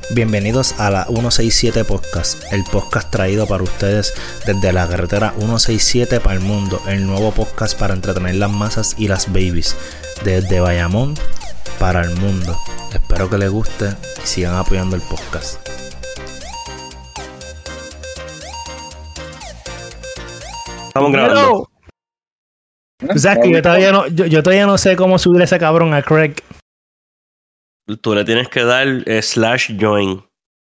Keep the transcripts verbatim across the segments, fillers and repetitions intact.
Bienvenidos a la ciento sesenta y siete Podcast, el podcast traído para ustedes desde la carretera ciento sesenta y siete para el mundo, el nuevo podcast para entretener las masas y las babies, desde Bayamón para el mundo. Espero que les guste y sigan apoyando el podcast. Estamos grabando. O sea, que yo todavía, no, yo, yo todavía no sé cómo subir ese cabrón a Craig. Tú le tienes que dar eh, slash join.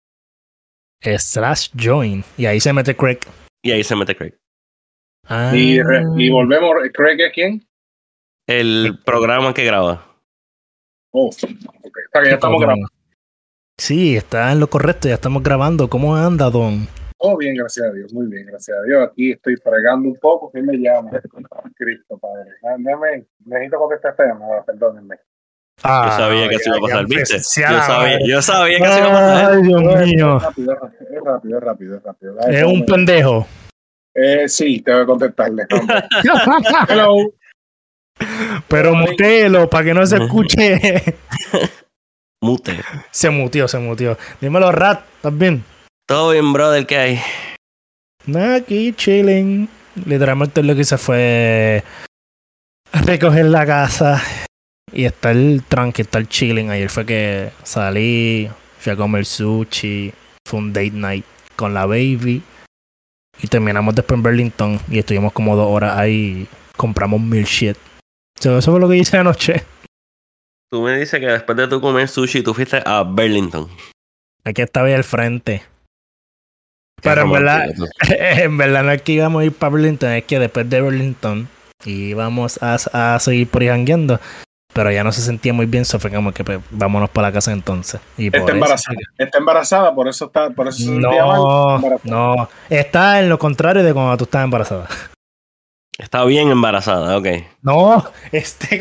Slash join. Y ahí se mete Craig. Y ahí se mete Craig. Ah. Y, re, y volvemos. ¿Craig es quién? El programa que graba. Oh, okay. O sea que ya estamos grabando. Sí, está en lo correcto. Ya estamos grabando. ¿Cómo anda, Don? Todo bien, gracias a Dios. Muy bien, gracias a Dios. Aquí estoy fregando un poco. ¿Quién me llama? Cristo, Padre. Déjame, necesito contestar esta llamada. Perdónenme. Ah, yo sabía que se iba a pasar, ¿viste? Yo sabía, yo sabía que se iba a pasar. Ay, Dios mío. Es rápido, es rápido, es rápido, es rápido. Es, es un me... pendejo. Eh, sí, tengo que contestarle. Hello. Pero mutelo, para que no se escuche. Mute. Se mutió, se mutió. Dímelo, Rat, ¿estás bien? Todo bien, brother, ¿qué hay? Nada, aquí chilling. Literalmente lo que hice fue recoger la casa y estar tranqui, estar chilling. Ayer fue que salí, fui a comer sushi, fue un date night con la baby y terminamos después en Burlington y estuvimos como dos horas ahí, compramos mil shit. So, eso fue lo que hice anoche. Tú me dices que después de tu comer sushi tú fuiste a Burlington. Aquí estaba ahí al frente. Pero en verdad, en verdad no es que íbamos a ir para Burlington, es que después de Burlington íbamos a, a seguir por ahí jangueando, pero ya no se sentía muy bien, so fue como que pues, vámonos para la casa entonces. Y está por embarazada, eso, está embarazada, por eso está, por eso se no, sentía mal. No, está en lo contrario de cuando tú estás embarazada. Está bien embarazada, ok. No, este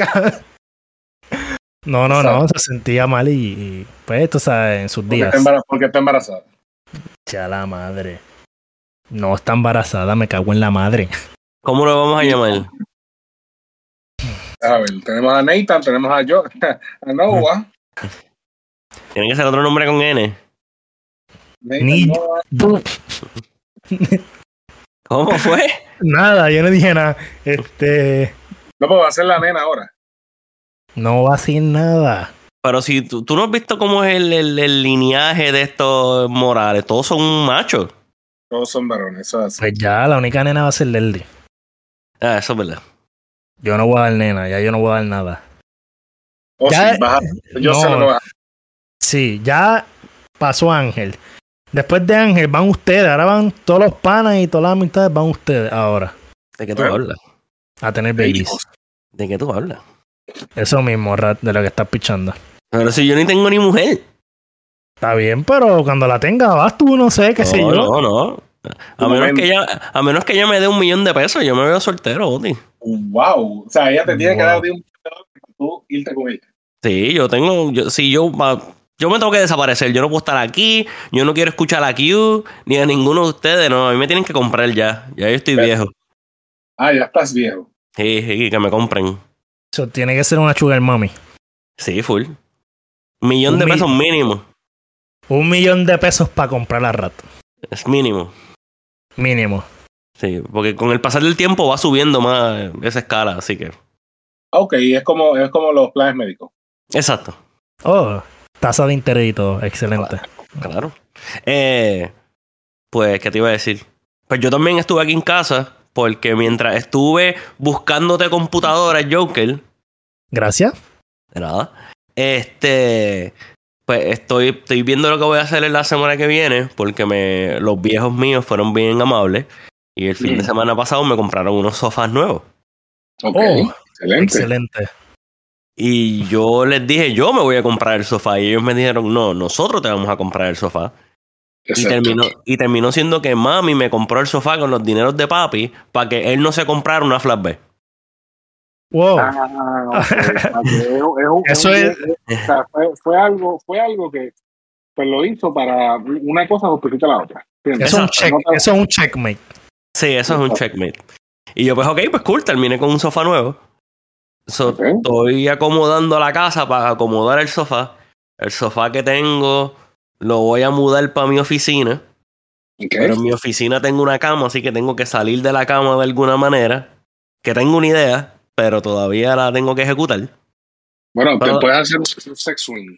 No, no, no, se sentía mal y, y pues tú sabes, en sus ¿Por días. Qué está ¿Por qué está embarazada? Ya la madre. No está embarazada, me cago en la madre. ¿Cómo lo vamos a llamar? A ver, tenemos a Nathan, tenemos a yo, a Noah. Tiene que ser otro nombre con N. Nathan, Ni... Noah. ¿Cómo fue? Nada, yo no dije nada. Este. No, pues va a ser la nena ahora. No va a ser nada. Pero si tú, tú no has visto cómo es el, el, el lineaje de estos Morales, todos son machos. Todos son varones, eso es así. Pues ya, la única nena va a ser Leldy. Ah, eso es verdad. Yo no voy a dar nena, ya yo no voy a dar nada. Oh, ya, sí, baja, yo no, sé lo que va a hacer. Sí, ya pasó Ángel. Después de Ángel van ustedes, ahora van todos los panas y todas las amistades van ustedes ahora. ¿De qué tú bueno, hablas? A tener babies. ¿De qué tú hablas? Eso mismo, Rat, de lo que estás pichando. Pero si yo ni tengo ni mujer. Está bien, pero cuando la tenga vas tú, no sé, qué no, sé yo. No, no, a menos, que ella, a menos que ella me dé un millón de pesos, yo me veo soltero, Oti. Wow, o sea, ella te tiene wow. que dar de un para tú irte con ella. Sí, yo tengo, yo, si yo, yo me tengo que desaparecer, yo no puedo estar aquí, yo no quiero escuchar a Q, ni a ninguno de ustedes, no, a mí me tienen que comprar ya, ya yo estoy pero, viejo. Ah, ya estás viejo. Sí, sí, que me compren. Eso tiene que ser una sugar mommy. Sí, full. Un millón un de pesos mi- mínimo. Un millón de pesos para comprar la Rat. Es mínimo. Mínimo. Sí, porque con el pasar del tiempo va subiendo más esa escala, así que. Ok, es como, es como los planes médicos. Exacto. Oh, tasa de interés y todo, excelente. Claro. claro. Eh, pues, ¿qué te iba a decir? Pues yo también estuve aquí en casa, porque mientras estuve buscándote computadoras, Joker. Gracias. De nada. Este. Pues estoy, estoy viendo lo que voy a hacer en la semana que viene, porque me, los viejos míos fueron bien amables. Y el fin mm. de semana pasado me compraron unos sofás nuevos. Ok, oh, excelente. excelente. Y yo les dije, yo me voy a comprar el sofá. Y ellos me dijeron, no, nosotros te vamos a comprar el sofá. Y terminó, y terminó siendo que mami me compró el sofá con los dineros de papi para que él no se comprara una flatbed. Wow. Ah, okay. es, es, Eso es... es o sea, fue, fue algo, fue algo que pues lo hizo para una cosa justifica la otra. Eso es un check, no te... eso es un checkmate. Sí, eso es un checkmate. Y yo pues ok, pues cool, terminé con un sofá nuevo. So, okay. Estoy acomodando la casa para acomodar el sofá. El sofá que tengo lo voy a mudar para mi oficina. Okay. Pero en mi oficina tengo una cama, así que tengo que salir de la cama de alguna manera. Que tengo una idea, pero todavía la tengo que ejecutar. Bueno, pero, te puedes hacer un sex swing.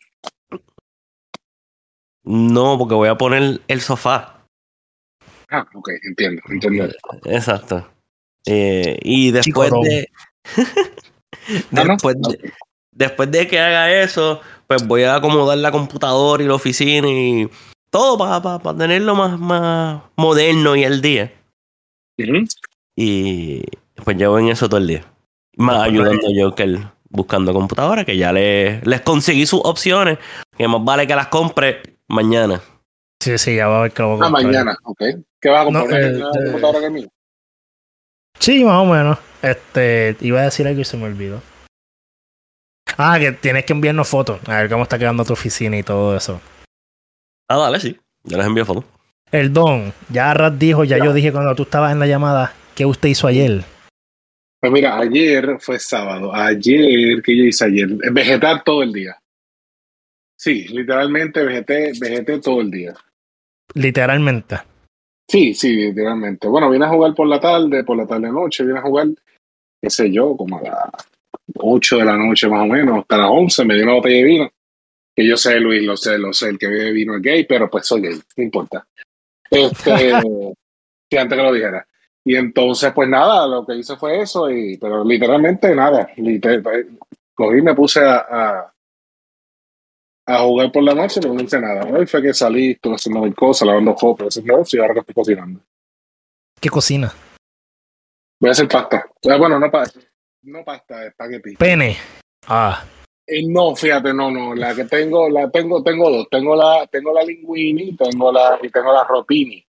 No, porque voy a poner el sofá. Ah, ok, entiendo, entiendo. Exacto. Eh, y después Chico, de... después, no, no. de después de que haga eso, pues voy a acomodar la computadora y la oficina y todo para pa, pa tenerlo más, más moderno y al día. Uh-huh. Y pues llevo en eso todo el día. Más no, ayudando a Joker buscando computadora, que ya le, les conseguí sus opciones, que más vale que las compre mañana. Sí, sí, ya va a ver que lo voy a comprar. Ah, mañana, ok. ¿Qué vas a comprar? No, eh, ¿Una eh, computadora que mía? Sí, más o menos. Este, iba a decir algo y se me olvidó. Ah, que tienes que enviarnos fotos. A ver cómo está quedando tu oficina y todo eso. Ah, dale, sí. Yo les envío fotos. El Don, ya Rat dijo, ya, ya yo dije cuando tú estabas en la llamada, ¿qué usted hizo ayer? Pues mira, ayer fue sábado. Ayer, ¿qué yo hice ayer? Vegetar todo el día. Sí, literalmente vegeté, vegeté todo el día. Literalmente. Sí, sí, literalmente. Bueno, vine a jugar por la tarde, por la tarde noche, vine a jugar, qué sé yo, como a las ocho de la noche más o menos, hasta las once, me dio una botella de vino. Que yo sé, Luis, lo sé, lo sé, el que bebe vino es gay, pero pues soy gay, no importa. Este, si antes que lo dijera. Y entonces, pues nada, lo que hice fue eso, y, pero literalmente nada. Liter, cogí y me puse a, a, a jugar por la noche, pero no hice nada. Hoy fue que salí, estuve haciendo mil cosas, lavando copas, haciendo eso, y ahora que estoy cocinando. ¿Qué cocina? Voy a hacer pasta. Bueno, no pasta, no pasta, espagueti. Pene. Ah. Eh, no, fíjate, no, no. La que tengo, la tengo, tengo dos. Tengo la, tengo la linguini y tengo la, y tengo la rotini.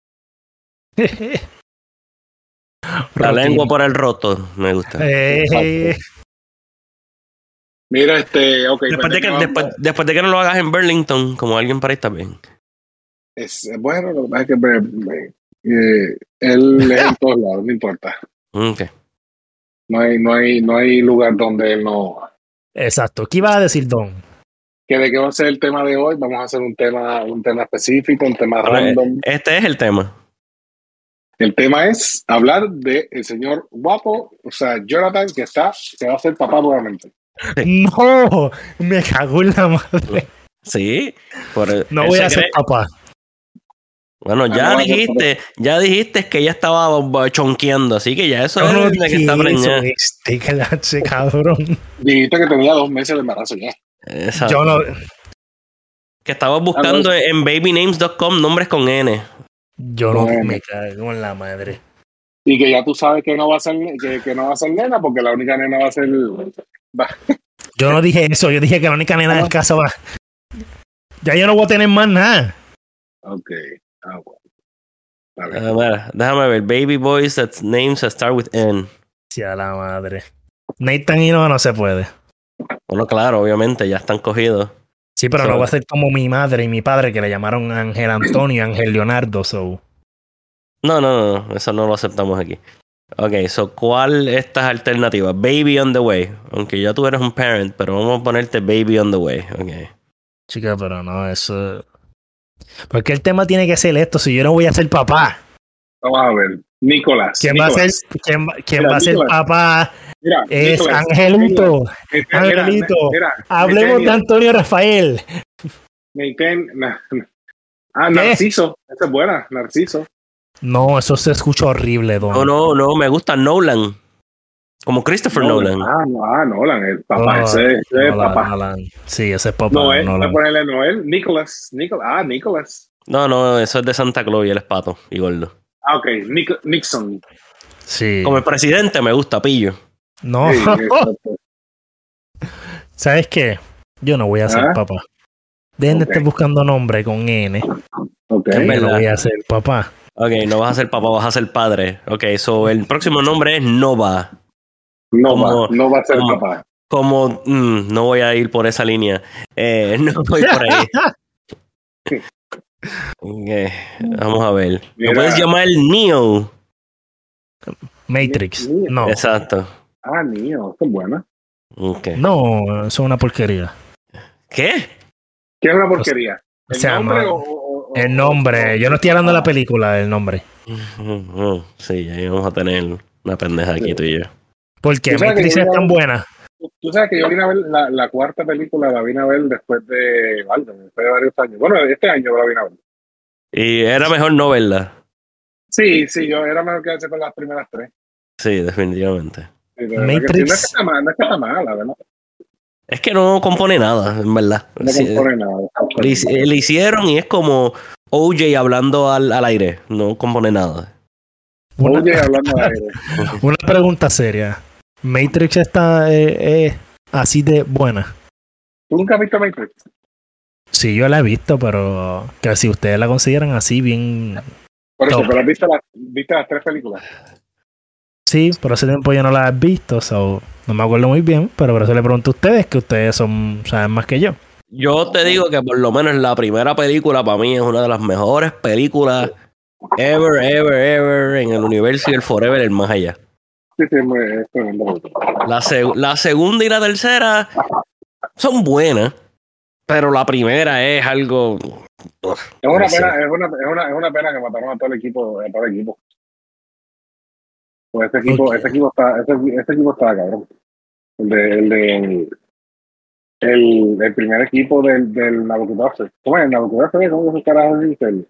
La lengua por el roto, me gusta. Eh. Mira, este, ok. Después de, que, después, después de que no lo hagas en Burlington, como alguien para ahí está bien. Es, bueno, lo que pasa es que me, me, eh, él es en todos lados, no importa. Okay. No hay, no hay, no hay lugar donde él no. Exacto. ¿Qué iba a decir, Don? ¿Que de qué va a ser el tema de hoy? Vamos a hacer un tema, un tema específico, un tema bueno, random. Este es el tema. El tema es hablar de el señor guapo, o sea, Jonathan, que está, que va a ser papá nuevamente. No, me cago en la madre. Sí, por el, no voy a ser papá. Bueno, ya ah, no, dijiste, no, ya dijiste que ella estaba chonqueando, así que ya eso no, es de que está preñada. Este clase, cabrón. Dijiste que tenía dos meses de embarazo ya. Exacto. Yo no. Que estabas buscando ah, no. en baby names punto com nombres con N. Yo no bueno. me cago en la madre. Y que ya tú sabes que no va a ser, que, que no va a ser nena, porque la única nena va a ser. Va. Yo no dije eso, yo dije que la única nena del caso va. Ya yo no voy a tener más nada. Ok. Ah, bueno. Vale. Uh, bueno, déjame ver. Baby boys that names that start with N. Sí, a la madre. Nathan y no, no se puede. Bueno, claro, obviamente, ya están cogidos. Sí, pero so, no va a ser como mi madre y mi padre que le llamaron Ángel Antonio y Ángel Leonardo. So. No, no, no, eso no lo aceptamos aquí. Ok, so, ¿cuál de estas alternativas? Baby on the way. Aunque ya tú eres un parent, pero vamos a ponerte baby on the way. Ok. Chica, pero no, eso. Porque el tema tiene que ser esto, si yo no voy a ser papá. Vamos a ver. Nicolás. ¿Quién Nicolás. va a ser, quién, quién mira, va a ser papá? Mira, es Nicolás, Angelito. Mira, Angelito. Mira, mira, Hablemos mira, de Antonio Rafael. Nathan, na, na. Ah, Narciso. Esa es buena, Narciso. No, eso se escucha horrible, Don. No, no, no, me gusta Nolan. Como Christopher Nolan. Nolan. Ah, no, ah, Nolan, el papá, oh, ese, ese Nolan, es papá. Nolan. Sí, ese es papá. Noel, Nolan. voy a ponerle Noel. Nicolás. Nicolás. Ah, Nicolás. No, no, eso es de Santa Claus y él es pato y gordo. Ah, ok. Nic- Nixon. Sí. Como el presidente me gusta, pillo. No. Sí, ¿sabes qué? Yo no voy a ser ¿Ah? papá. Dejen okay. de estar buscando nombre con N. Ok. Yo no voy a ser papá. Ok, no vas a ser papá, vas a ser padre. Ok, so el próximo nombre es Nova. No como, va, no va a ser como, papá. Como, mm, no voy a ir por esa línea. Eh, no voy por ahí. Okay, vamos a ver. Mira. ¿Lo puedes llamar Neo? Matrix. No. Exacto. Ah, Neo, qué buena. Okay. No, eso es una porquería. ¿Qué? ¿Qué es una porquería? O sea, no, o, o, el nombre. O, yo no estoy hablando ah. de la película, el nombre. Sí, ahí vamos a tener una pendeja aquí sí. tú y yo. ¿Por qué? Matrix es tan buena. Tú sabes que yo vine a ver la, la cuarta película, la vine a ver después de, vale, después de varios años. Bueno, este año la vine a ver. Y era mejor no verla. Sí, sí, yo era mejor que hacer con las primeras tres. Sí, definitivamente. Sí, Matrix. No es que está mala, no es que está mala, ¿verdad? Es que no compone nada, en verdad. No sí, compone nada. Le, le hicieron y es como O J hablando al, al aire. No compone nada. Una, O J hablando al aire. Una pregunta seria. ¿Matrix está eh, eh, así de buena? ¿Tú nunca has visto Matrix? Sí, yo la he visto, pero que si ustedes la consideran así bien... Por eso, top. Pero has visto, la, ¿viste las tres películas? Sí, por ese tiempo yo no las he visto, so, no me acuerdo muy bien, pero por eso le pregunto a ustedes, que ustedes son saben más que yo. Yo te digo que por lo menos la primera película para mí es una de las mejores películas ever, ever, ever en el universo y el forever, el más allá. Sí, sí, es tremendo. La, seg- la segunda y la tercera son buenas, pero la primera es algo... Uf, es, una pena, es, una, es, una, es una pena que mataron a todo el equipo, a todo el equipo. Pues este equipo, okay. este equipo está, este, este equipo está cabrón. El de, el de el, el primer equipo del, del Nabucodonosor. ¿Cómo es el Nabucodonosor? ¿Cómo se carajo dice el?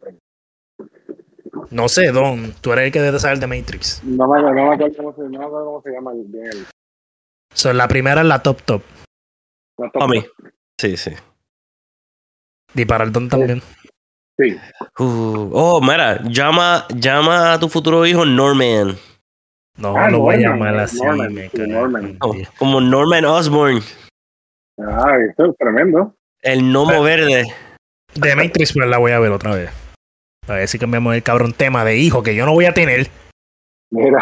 No sé, Don, tú eres el que debe saber de Matrix. No me acuerdo, no me acuerdo cómo se, no me acuerdo cómo se llama bien el. So, la primera es la top top. La top a mí. Top. Sí, sí. Y para el Don también. Sí. Uh, oh, mira, llama, llama a tu futuro hijo Norman. No, ah, lo Norman, voy a llamar así. Norman, me sí, Norman. Oh, como Norman Osborn. Ah, esto es tremendo. El gnomo verde. De Matrix, pues la voy a ver otra vez. A ver si cambiamos el cabrón tema de hijo que yo no voy a tener. Mira.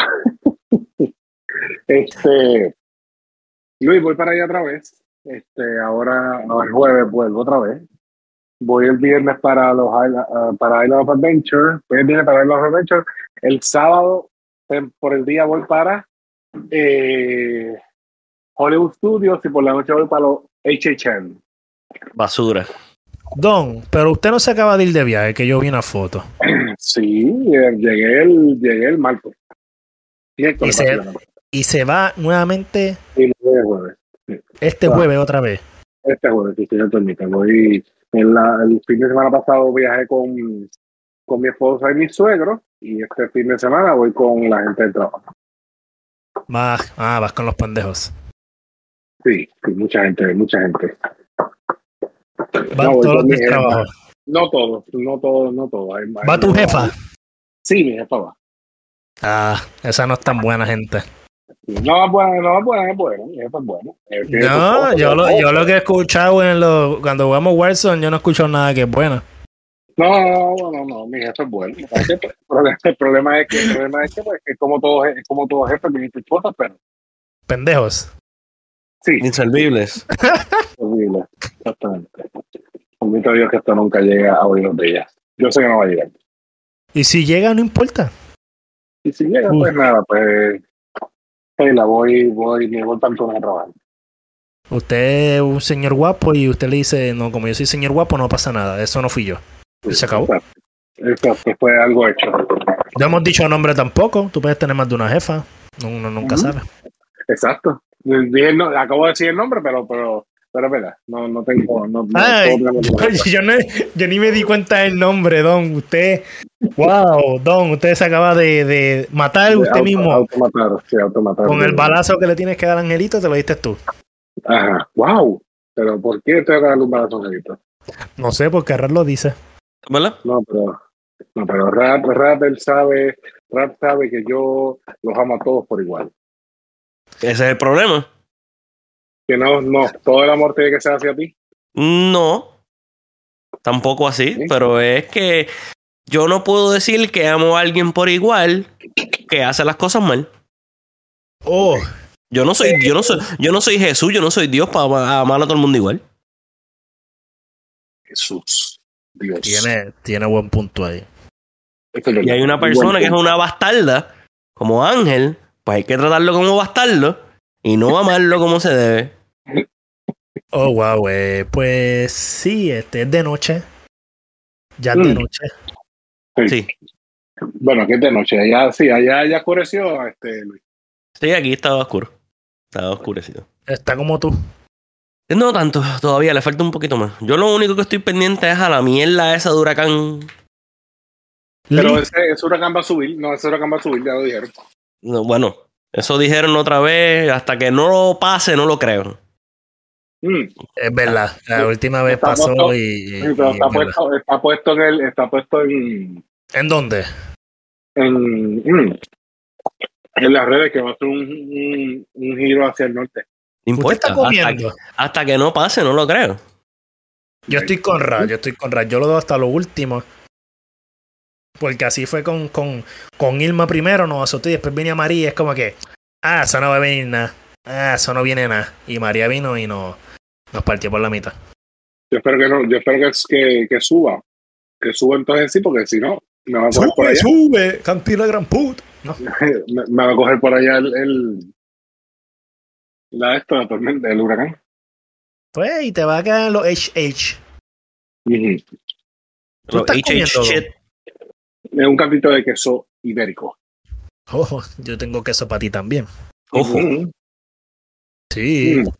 este. Luis, voy para allá otra vez. Este, ahora, no, el jueves vuelvo otra vez. Voy el viernes para los uh, para Island of Adventure. Voy el viernes para Island of Adventure. El sábado, por el día, voy para eh, Hollywood Studios y por la noche voy para los H H N. Basura. Don, pero usted no se acaba de ir de viaje, que yo vi una foto. Sí, llegué el, llegué el martes. Y se, y se va nuevamente sí, jueves. Sí. este jueves otra vez. Este jueves, si estoy permite. Voy en la, el fin de semana pasado viajé con, con mi esposa y mi suegro y este fin de semana voy con la gente del trabajo. Vas, ah, vas con los pendejos. Sí, sí, mucha gente, mucha gente. ¿Van no, todos los del trabajo? No todos, no todos, no todos. Hay, ¿Va tu jefa? Va. Sí, mi jefa va. Ah, esa no es tan buena, gente. No es buena, no es buena, es buena. Mi jefa es buena. No, yo lo, yo lo que he escuchado en lo, cuando jugamos Warzone, yo no he escuchado nada que es buena. No, no, no, no, mi jefe es bueno. El problema es que, el problema es que pues, es como todo, es como todo jefe, tiene sus cosas, pero. Pendejos. Sí. Inservibles. Inservibles, exactamente. Permito a Dios que esto nunca llegue a oídos de ellas. Yo sé que no va a llegar. Y si llega, no importa. Y si llega, uh. pues nada, pues. Hey, la voy, voy, me voy tanto a trabajar. Usted es un señor guapo y usted le dice, no, como yo soy señor guapo, no pasa nada. Eso no fui yo. Y se acabó. Exacto. Exacto, fue algo hecho. No hemos dicho nombre tampoco. Tú puedes tener más de una jefa. Uno nunca uh-huh. sabe. Exacto. Dije, no, acabo de decir el nombre, pero, pero, pero es verdad. No, no tengo. No, Ay, no yo, yo, no, yo ni me di cuenta del nombre, Don. Usted, wow, Don, usted se acaba de, de matar de usted auto, mismo. Automatar, sí, automatar. Con el balazo que le tienes que dar a Angelito, te lo diste tú. Ajá, wow. Pero ¿por qué tengo que darle un balazo a Angelito? No sé, porque Rap lo dice. ¿Verdad? No, pero, no, pero Rap, Rap, él sabe, Rap sabe que yo los amo a todos por igual. Ese es el problema. Que no, no, todo el amor tiene que ser hacia ti. No, tampoco así, ¿sí? Pero es que yo no puedo decir que amo a alguien por igual que hace las cosas mal. Oh. Yo no soy, yo no soy, yo no soy Jesús, yo no soy Dios para amar a todo el mundo igual. Jesús, Dios. Tiene, tiene buen punto ahí. Y hay una persona que es una bastarda, como Ángel, pues hay que tratarlo como bastardo y no amarlo como se debe. Oh, wow, eh, pues sí, este es de noche. Ya es de noche. Sí. Sí. Bueno, aquí es de noche. Allá sí, allá ya oscureció, este, Luis. Sí, aquí estaba oscuro. Estaba oscurecido. Está como tú. No tanto, todavía le falta un poquito más. Yo lo único que estoy pendiente es a la mierda esa de huracán. Pero ese, ese huracán va a subir. No, ese huracán va a subir, ya lo dijeron. No, bueno, eso dijeron otra vez. Hasta que no lo pase, no lo creo. Mm. Es verdad. La Sí. última vez Está pasó puesto- y. Sí, pero y está es puesto, está puesto en el, está puesto en, ¿En dónde? en, mm, en las redes que va a ser un, un, un giro hacia el norte. No ¿Usted está importa. Hasta, comiendo? hasta que no pase, no lo creo. Yo estoy con Ra, yo estoy con Ra. Yo lo doy hasta lo último. Porque así fue con, con, con Irma primero, nos azotó y después venía María. Es como que, ah, eso no va a venir nada. Ah, eso no viene nada. Y María vino y nos, nos partió por la mitad. Yo espero que no, yo espero que, que, que suba. Que suba entonces sí, porque si no, me va a coger por Sube, allá. sube, cantina gran puta. No. me, me va a coger por allá el, el la esto, la tormenta, el huracán. Pues, y te va a quedar los H H. Uh-huh. ¿Tú Lo estás H H comiendo? shit. Es un cantito de queso ibérico. Ojo, yo tengo queso para ti también. Ojo. Uh-huh. Sí. Uh-huh.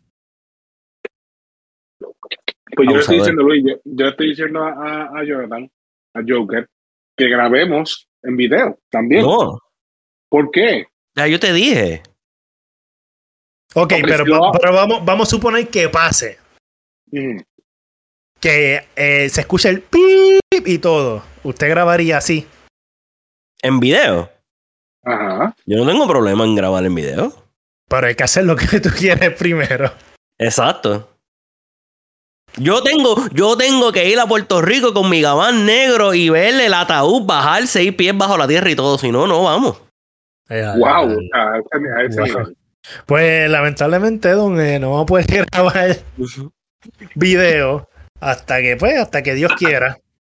Pues yo le Vamos a estoy ver. diciendo, Luis, yo, yo le estoy diciendo a, a, a Jonathan, a Joker, que grabemos en video también. No. ¿Por qué? Ya yo te dije. Ok, Ok, pero, si lo- pero vamos, vamos a suponer que pase. Uh-huh. Que eh, se escuche el pip y todo. ¿Usted grabaría así? En video. Ajá. Yo no tengo problema en grabar en video. Pero hay que hacer lo que tú quieres primero. Exacto. Yo tengo, yo tengo que ir a Puerto Rico con mi gabán negro y verle el ataúd bajar seis pies bajo la tierra y todo. Si no, no vamos. Wow. A ese, a ese Wow. nivel. Pues lamentablemente, don, eh, no vamos a poder grabar video hasta que, pues, hasta que Dios quiera.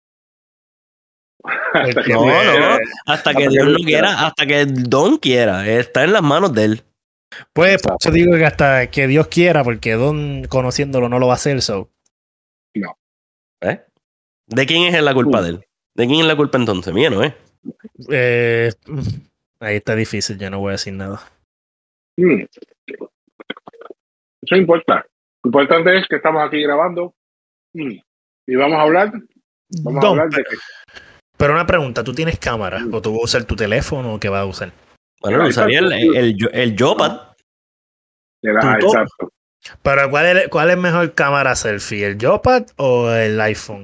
Hasta que- No, no. eh, Hasta que hasta Dios que no Dios quiera, hasta que el don quiera. Está en las manos de él. Pues por eso digo que hasta que Dios quiera, porque don, conociéndolo, no lo va a hacer. So. ¿Eh? ¿De quién es la culpa de él? ¿De quién es la culpa entonces? Mía, ¿no es? Eh, ahí está difícil, yo no voy a decir nada. Mm. Eso importa. Lo importante es que estamos aquí grabando mm. y vamos a hablar. Vamos Don, a hablar de que pero una pregunta, ¿tú tienes cámara? ¿O tú vas a usar tu teléfono o qué vas a usar? Bueno, lo usaría el, el, el, el Yopad. de la, ¿Tú top? exacto. Pero ¿cuál es, cuál es mejor cámara selfie? ¿El Yopad o el iPhone?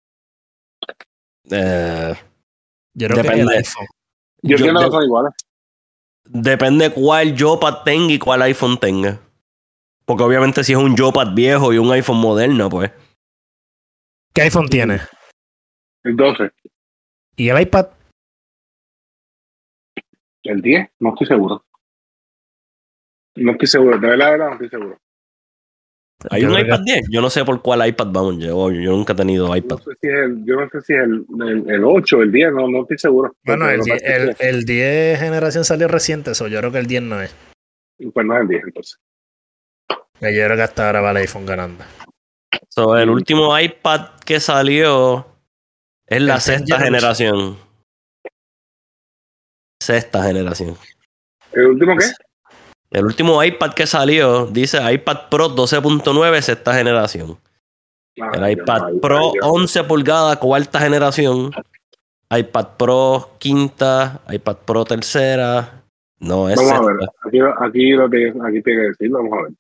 Eh, Yo creo que Depende. el iPhone. Yo, Yo- entiendo de- que son iguales. depende cuál Yopad tenga y cuál iPhone tenga. Porque obviamente si es un Yopad viejo y un iPhone moderno, pues. ¿Qué iPhone tiene? El doce, ¿Y el iPad? el diez, no estoy seguro. No estoy seguro, de verdad, de verdad, no estoy seguro. ¿Hay Yo un creo que- iPad diez? Yo no sé por cuál iPad vamos. Yo, yo nunca he tenido No iPad. sé si es el, yo no sé si es el, el, el ocho, el diez, no, no estoy seguro. Bueno, Porque el lo que diez, pasa es el, el diez generación salió reciente, eso yo creo que el diez no es. que- Pues no es el diez, entonces. Yo creo que hasta ahora va el iPhone ganando. So, el último iPad que salió es la El sexta tenth generación. Sexta generación. ¿El último qué? El último iPad que salió dice iPad Pro doce punto nueve, sexta generación. Ah, El yo iPad no, Pro yo- once pulgadas, cuarta generación. iPad Pro quinta, iPad Pro tercera. No, es Vamos a sexta. ver, aquí, aquí lo que aquí tiene que decir, vamos a ver.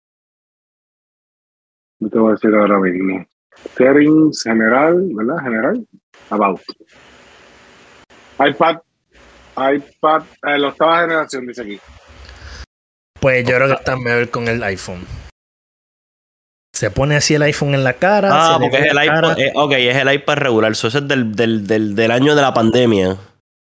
Yo te voy a decir ahora mismo. Settings general, ¿verdad? General. About. iPad. iPad. Eh, la octava generación, dice aquí. Pues yo creo que está mejor con el iPhone. Se pone así el iPhone en la cara. Ah, se le porque ve es el la cara. iPad. Eh, ok, es el iPad regular. Eso es del, del, del, del año de la pandemia.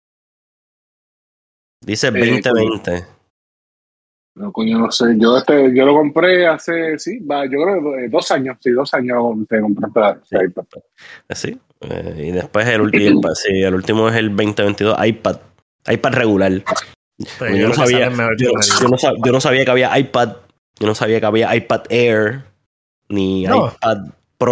Dice veinte veinte. No, coño, no sé. Yo este, yo lo compré hace, sí, va, yo creo que dos años. Sí, dos años te compré para Sí. iPad. Sí. Eh, y después el último, sí, el último es el veinte veintidós iPad. iPad regular. Pues yo, yo no creo que sabía, sale mejor yo, con el- yo no sab- yo no sabía que había iPad. Yo no sabía que había iPad Air. Ni No. iPad Pro.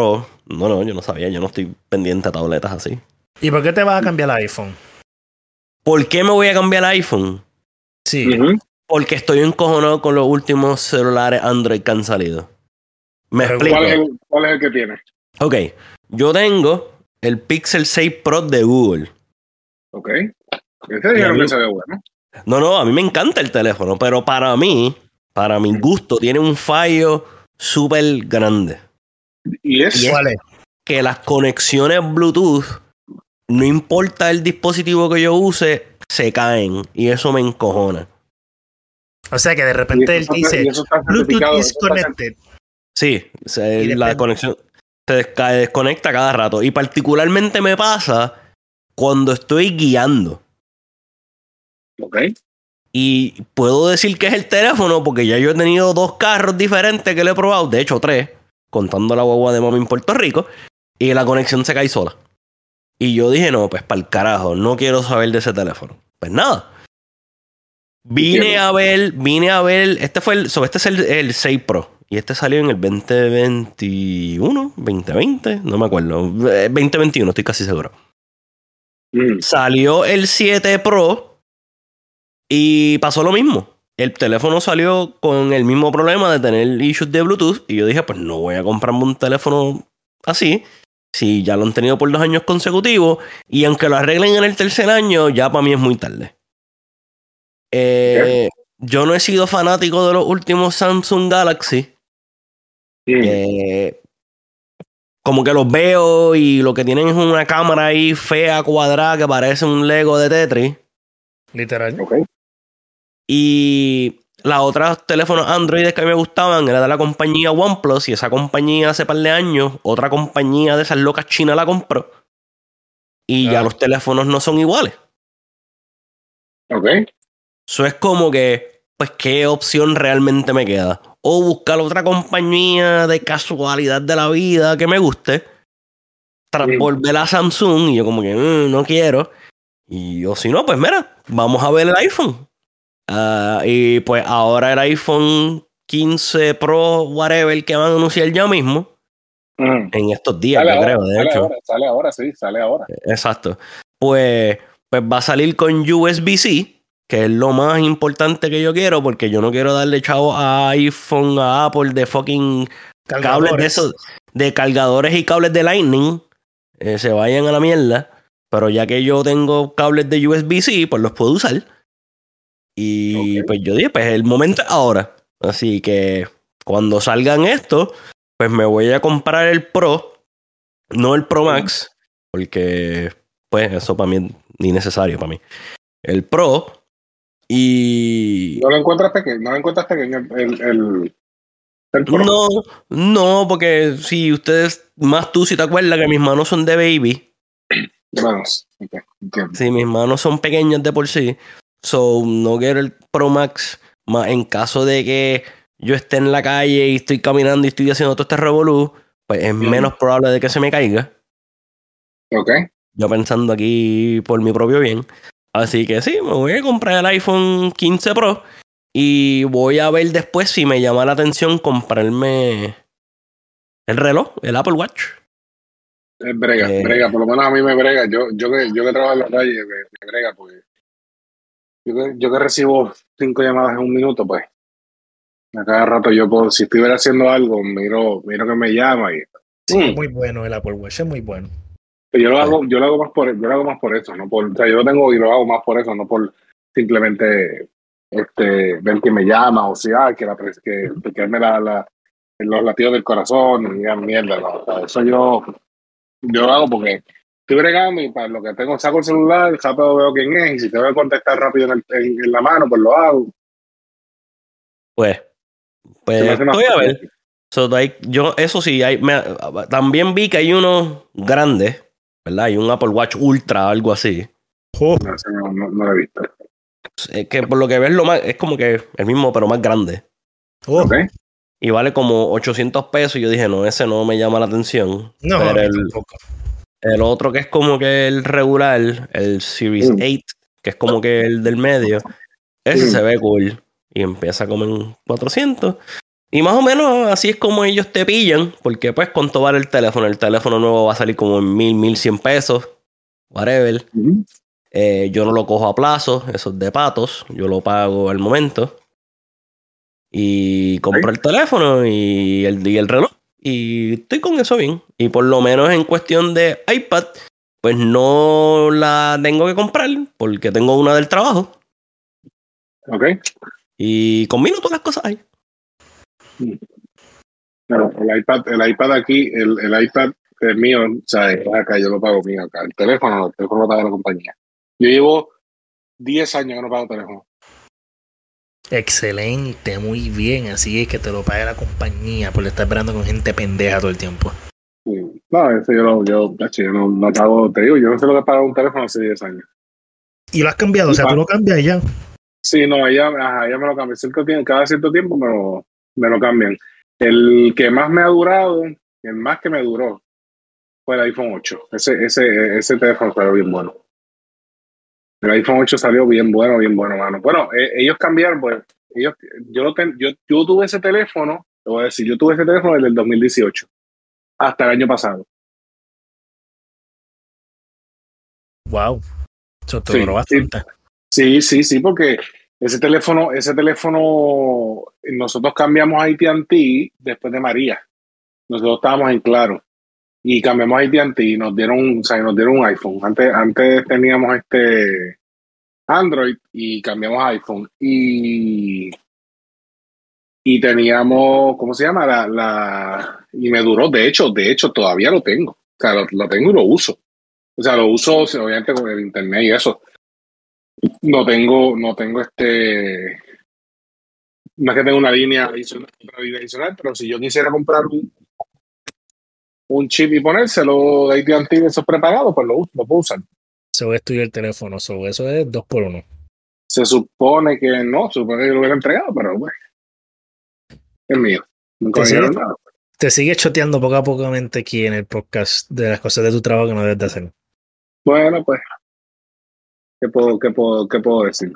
No, no, yo no sabía. Yo no estoy pendiente a tabletas así. ¿Y por qué te vas a cambiar el iPhone? ¿Por qué me voy a cambiar el iPhone? Sí. Uh-huh. Porque estoy encojonado con los últimos celulares Android que han salido. Me Pero explico. ¿Cuál es, el, ¿Cuál es el que tiene? Ok, yo tengo el Pixel seis Pro de Google. Ok. Este dijeron que se ve bueno. No, no, a mí me encanta el teléfono, pero para mí, para mi gusto, tiene un fallo súper grande. ¿Y es? Y es ¿Cuál es? que las conexiones Bluetooth, no importa el dispositivo que yo use, se caen. Y eso me encojona. O sea que de repente él te dice Bluetooth is connected. Sí, se, la conexión se desca- desconecta cada rato. Y particularmente me pasa cuando estoy guiando. Ok. Y puedo decir que es el teléfono porque ya yo he tenido dos carros diferentes que le he probado. De hecho, tres, contando la guagua de mami en Puerto Rico. Y la conexión se cae sola. Y yo dije, no, pues para el carajo, no quiero saber de ese teléfono. Pues nada. Vine a ver, vine a ver, este fue el, so, este es el, el seis Pro. Y este salió en el veinte veintiuno, veinte veinte, no me acuerdo. veinte veintiuno, estoy casi seguro. Mm. Salió el siete Pro y pasó lo mismo. El teléfono salió con el mismo problema de tener issues de Bluetooth. Y yo dije, pues no voy a comprarme un teléfono así. Si ya lo han tenido por dos años consecutivos. Y aunque lo arreglen en el tercer año, ya para mí es muy tarde. Eh, yo no he sido fanático de los últimos Samsung Galaxy. Mm. Eh, como que los veo y lo que tienen es una cámara ahí fea, cuadrada, que parece un Lego de Tetris. Literal. Ok. Y las otras teléfonos Android que me gustaban era de la compañía OnePlus. Y esa compañía hace par de años, otra compañía de esas locas chinas la compró. Y Ah. ya los teléfonos no son iguales. Ok. Eso es como que, pues, ¿qué opción realmente me queda? O buscar otra compañía de casualidad de la vida que me guste, tras Mm. volver a Samsung, y yo como que mmm, no quiero. Y o si no, pues mira, vamos a ver el iPhone. Uh, y pues ahora el iPhone quince Pro, whatever, que van a anunciar ya mismo. Mm. En estos días, Sale yo ahora, creo, de sale hecho. ahora, sale ahora, sí, sale ahora. Exacto. Pues, pues va a salir con U S B C, que es lo más importante que yo quiero, porque yo no quiero darle chavo a iPhone, a Apple de fucking cables de esos, de cargadores y cables de Lightning. Eh, se vayan a la mierda. Pero ya que yo tengo cables de U S B C, pues los puedo usar. Y okay. Pues yo dije, pues el momento es ahora. Así que cuando salgan estos, pues me voy a comprar el Pro, no el Pro Max, porque pues eso para mí es innecesario para mí. El Pro y... ¿No lo encuentras pequeño? ¿No lo encuentras pequeño el, el, el, el Pro? No, no, porque si ustedes, más tú si te acuerdas que mis manos son de baby. Manos, okay, okay. Sí, mis manos son pequeñas de por sí. So, no quiero el Pro Max. Más en caso de que yo esté en la calle y estoy caminando y estoy haciendo todo este revolú, pues es mm. menos probable de que se me caiga. Ok. Yo pensando aquí por mi propio bien. Así que sí, me voy a comprar el iPhone quince Pro y voy a ver después si me llama la atención comprarme el reloj, el Apple Watch. Es brega, eh, brega, por lo menos a mí me brega. Yo, yo, que, yo que trabajo en la calle, me, me brega, porque yo que, yo que recibo cinco llamadas en un minuto, pues a cada rato yo puedo, si estuviera haciendo algo, miro, miro que me llama y... Sí, es muy bueno el Apple Watch, es muy bueno. Pero yo lo hago, yo lo hago más por, yo lo hago más por eso, no por, o sea, yo lo tengo y lo hago más por eso, no por simplemente este ver que me llama o si ah, que la que, que me la, la los latidos del corazón y digan mierda, no, o sea, eso yo yo lo hago porque estoy bregando y para lo que tengo saco el celular, rápido veo quién es y si tengo que contestar rápido en, el, en, en la mano, pues lo hago. Pues, pues estoy a ver. So, yo, eso sí, hay, me, también vi que hay unos grandes, ¿verdad? Hay un Apple Watch Ultra, algo así. Oh. No, no, no, no lo he visto. Es que por lo que ves lo más, es como que el mismo, pero más grande. Oh. Okay. Y vale como ochocientos pesos. Y yo dije, no, ese no me llama la atención. No, pero el, tampoco. El otro que es como que el regular, el Series mm. ocho, que es como que el del medio, ese mm. se ve cool. Y empieza como en cuatrocientos. Y más o menos así es como ellos te pillan, porque pues cuánto vale el teléfono. El teléfono nuevo va a salir como en mil, mil cien pesos, whatever. Uh-huh. Eh, yo no lo cojo a plazo, eso es de patos, yo lo pago al momento. Y compro el teléfono y el, y el reloj. Y estoy con eso bien. Y por lo menos en cuestión de iPad, pues no la tengo que comprar porque tengo una del trabajo. Ok. Y combino todas las cosas ahí. Claro, el iPad, el iPad aquí, el, el iPad es mío, o sea, es acá, yo lo pago mío acá. El teléfono, el teléfono lo paga la compañía. Yo llevo diez años que no pago teléfono. Excelente, muy bien. Así es que te lo pague la compañía por estar esperando con gente pendeja todo el tiempo. Sí. No, eso yo, lo, yo, yo no, no pago, te digo, yo no sé lo que pago un teléfono hace diez años. ¿Y lo has cambiado? Y o sea, pa- ¿tú lo cambias ya? Sí, no, ella, ajá, ella me lo cambia. Cierto tiempo, cada cierto tiempo me lo, me lo cambian. El que más me ha durado, el más que me duró, fue el iPhone ocho. Ese, ese, ese teléfono salió bien bueno. El iPhone ocho salió bien bueno, bien bueno, mano. Bueno, eh, ellos cambiaron, pues, ellos, yo, lo ten, yo, yo tuve ese teléfono, te voy a decir, yo tuve ese teléfono desde el dos mil dieciocho hasta el año pasado. Wow. Eso te duró Sí, bastante. Sí, sí, sí, porque ese teléfono, ese teléfono, nosotros cambiamos a A T and T después de María. Nosotros estábamos en Claro y cambiamos a A T and T y nos dieron, o sea, nos dieron un iPhone. Antes, antes teníamos este Android y cambiamos a iPhone y y teníamos, ¿cómo se llama? La, la y me duró, de hecho, de hecho todavía lo tengo. O sea, lo, lo tengo y lo uso. O sea, lo uso obviamente con el internet y eso. No tengo, no tengo este. No es que tenga una línea adicional, una línea adicional, pero si yo quisiera comprar un, un chip y ponérselo de A T and T de esos preparados, pues lo, lo puedo usar. Eso es tuyo el teléfono, so, eso es dos por uno. Se supone que no, se supone que lo hubiera entregado, pero bueno, es mío. Nunca me dijeron nada. Te sigues choteando poco a poco aquí en el podcast de las cosas de tu trabajo que no debes de hacer. Bueno, pues, ¿qué puedo, qué puedo, qué puedo decir?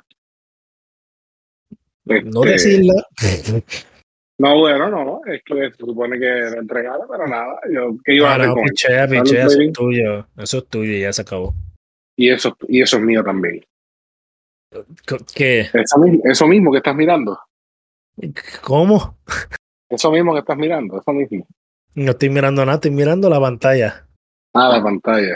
No Este, decirla. No, bueno, no, es que se supone que lo entregara, pero nada. Yo, ¿qué iba Ah, a hacer no, con pichea, él? pichea, eso es tuyo. Eso es tuyo y ya se acabó. Y eso, y eso es mío también. ¿Qué? Eso, eso mismo que estás mirando. ¿Cómo? Eso mismo que estás mirando, eso mismo. No estoy mirando nada, estoy mirando la pantalla. Ah, la pantalla.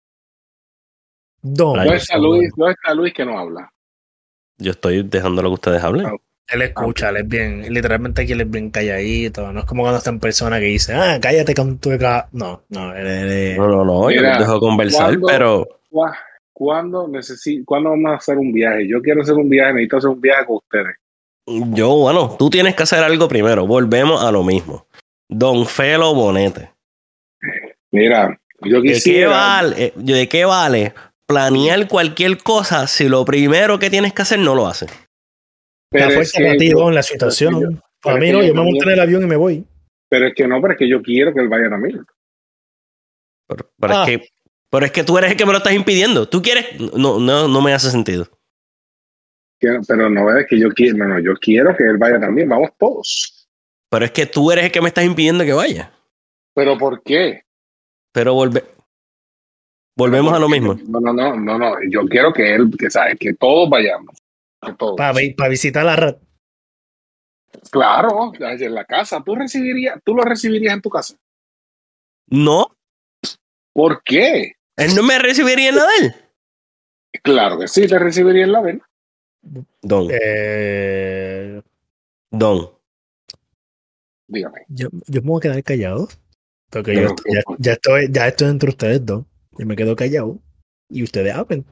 Don, ¿Dónde está Luis? ¿Dónde está Luis que no habla? Yo estoy dejando lo que ustedes hablen. Ah, él escucha, él es bien, literalmente aquí él es bien calladito. No es como cuando está en persona que dice, ah, cállate con tu ca-". No, no, él es... No, no, no, Mira, yo los dejo conversar, ¿cuándo, pero. ¿cuándo, necesito, ¿Cuándo vamos a hacer un viaje? Yo quiero hacer un viaje, necesito hacer un viaje con ustedes. Yo, bueno, tú tienes que hacer algo primero. Volvemos a lo mismo. Don Felo Bonete. Mira, yo quisiera. ¿De qué vale, de qué vale planear cualquier cosa si lo primero que tienes que hacer no lo haces? Pero está fuerte para ti, Don, la situación. Es yo, para mí no, yo, yo me monto en el avión y me voy. Pero es que no, pero es que yo quiero que él vaya también. Pero, pero ah. es que, pero es que tú eres el que me lo estás impidiendo. Tú quieres, no, no, no me hace sentido. Pero no es que yo quiero, no, no, yo quiero que él vaya también. Vamos todos. Pero es que tú eres el que me estás impidiendo que vaya. ¿Pero por qué? Pero volve, volvemos a lo mismo. No, no, no, no, no. Yo quiero que él, que sabes, que todos vayamos. Que todos. Para, para visitar la red. Claro, en la casa. ¿Tú recibirías, tú lo recibirías en tu casa? No. ¿Por qué? ¿Él no me recibiría en la de él? Claro que sí, te recibiría en la de él. Don. Eh... Don. Dígame. Yo, yo me voy a quedar callado. Porque yo estoy, ya, ya, estoy, ya estoy entre ustedes dos. Yo me quedo callado. Y ustedes hablen.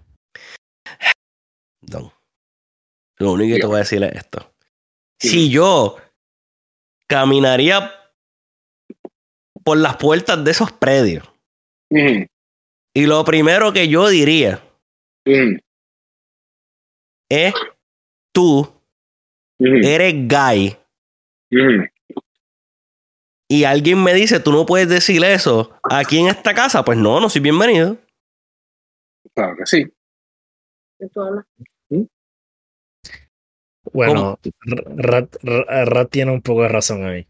Don. Lo único que te voy a decir es esto. Sí. Si yo caminaría por las puertas de esos predios mm. y lo primero que yo diría mm. es tú mm. eres gay mm. y alguien me dice tú no puedes decir eso aquí en esta casa, pues no, no soy bienvenido. Claro que sí. ¿De tú hablas? ¿Mm? Bueno, Rat, Rat, Rat tiene un poco de razón ahí.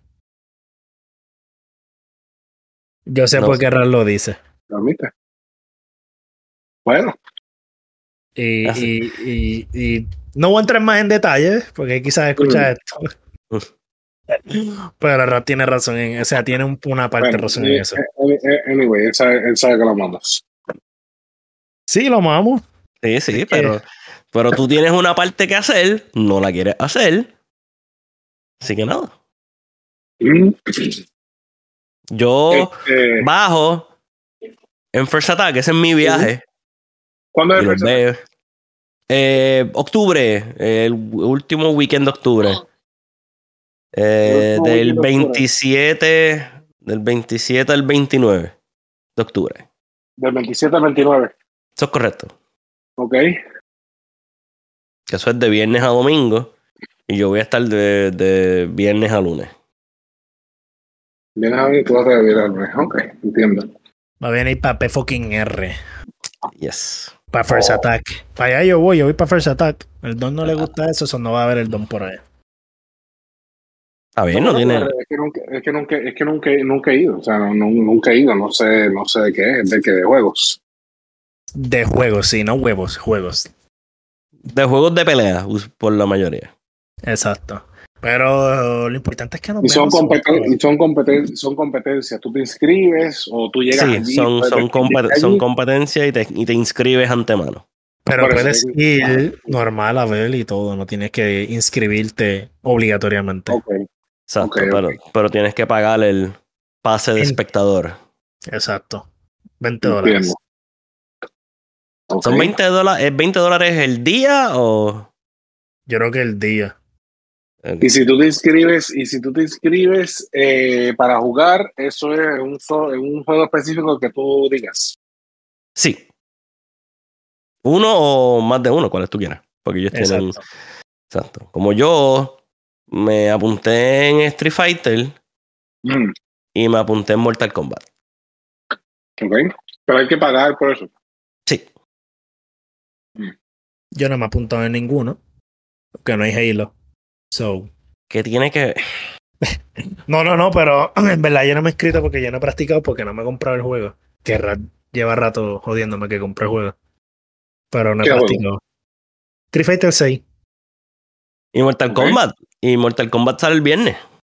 Yo sé No por sé. qué Rat lo dice. ¿Lo admite? Bueno, Y, Así. y, y, y no voy a entrar más en detalles, porque quizás escucha Mm. esto. Pero Rat tiene razón, en, o sea, tiene un- una parte de bueno, razón eh, en eso. eh, eh, anyway, él sabe, él sabe que lo amamos. Sí, lo amamos. Sí, sí, Es que pero, pero tú tienes una parte que hacer, no la quieres hacer. Así que nada. Mm. Yo Este, bajo en First Attack, ese es mi viaje. ¿cuándo es Y el los First Attack? veo. Eh, octubre, el último weekend de octubre. Eh, El último del weekend de octubre. veintisiete, del veintisiete al veintinueve de octubre. Del veintisiete al veintinueve. Eso es correcto. Ok. Que eso es de viernes a domingo. Y yo voy a estar de, de viernes a lunes. Vienes a ver y tú vas a ver al mes. Ok, entiendo. va a venir para P fucking R. Yes. Para First Oh. Attack. Para allá yo voy, yo voy para First Attack. El Don no le gusta eso, eso no va a haber el Don por ahí. A ver, No, no no, tiene. es que nunca, es que nunca, es que nunca, nunca he ido. O sea, no, no- nunca he ido. No sé, no sé de qué es, de qué de juegos. De juegos, sí, no huevos, juegos. De juegos de pelea, us- por la mayoría. Exacto. Pero lo importante es que nos Y son, vean competen nosotros. y son, competen son competencias. Tú te inscribes o tú llegas Sí, allí. son, Pues, son, compet- son allí. competencias y te, y te inscribes antemano. Pero Por eso, puedes eh, ir normal a ver y todo, no tienes que inscribirte obligatoriamente. ok, Exacto, ok, pero, ok. pero tienes que pagar el pase de En- espectador. Exacto. veinte Entiendo. dólares. Ok. ¿Son veinte dólares, ¿es veinte dólares el día o...? Yo creo que el día. Y si tú te inscribes, y si tú te inscribes eh, para jugar, eso es un, so- un juego específico que tú digas. Sí. Uno o más de uno, cuales tú quieras. Porque ellos tienen... Exacto. Exacto. Como yo me apunté en Street Fighter Mm, y me apunté en Mortal Kombat. ok. Pero hay que pagar por eso. Sí. Yo no me he apuntado en ninguno. Que no hay Halo. So. ¿Qué tiene que...? No, no, no, pero en verdad yo no me he inscrito porque yo no he practicado porque no me he comprado el juego. Que ra- lleva rato jodiéndome que compré el juego. Pero no he ¿Qué juego? practicado. Street Fighter seis. Y Mortal Ok. Kombat. Y Mortal Kombat sale el viernes.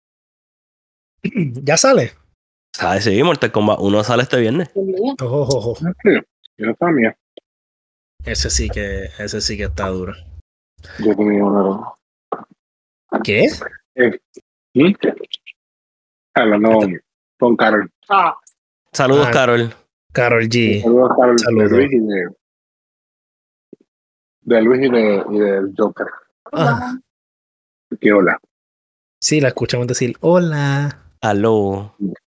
Ya sale. ¿Sabes? Sí, Mortal Kombat uno sale este viernes. Oh, oh, oh. Yo no sabía. Ese sí que, ese sí que está duro. Yo tenía una. ¿Qué? Eh, ¿Mm? Hablando con Carol. Saludos, Ah, Carol. Carol G. Saludos a Carol de Saludos. Luis y de, de Luis y de y del Joker. Ah, Que hola. sí, la escuchamos decir hola. Aló.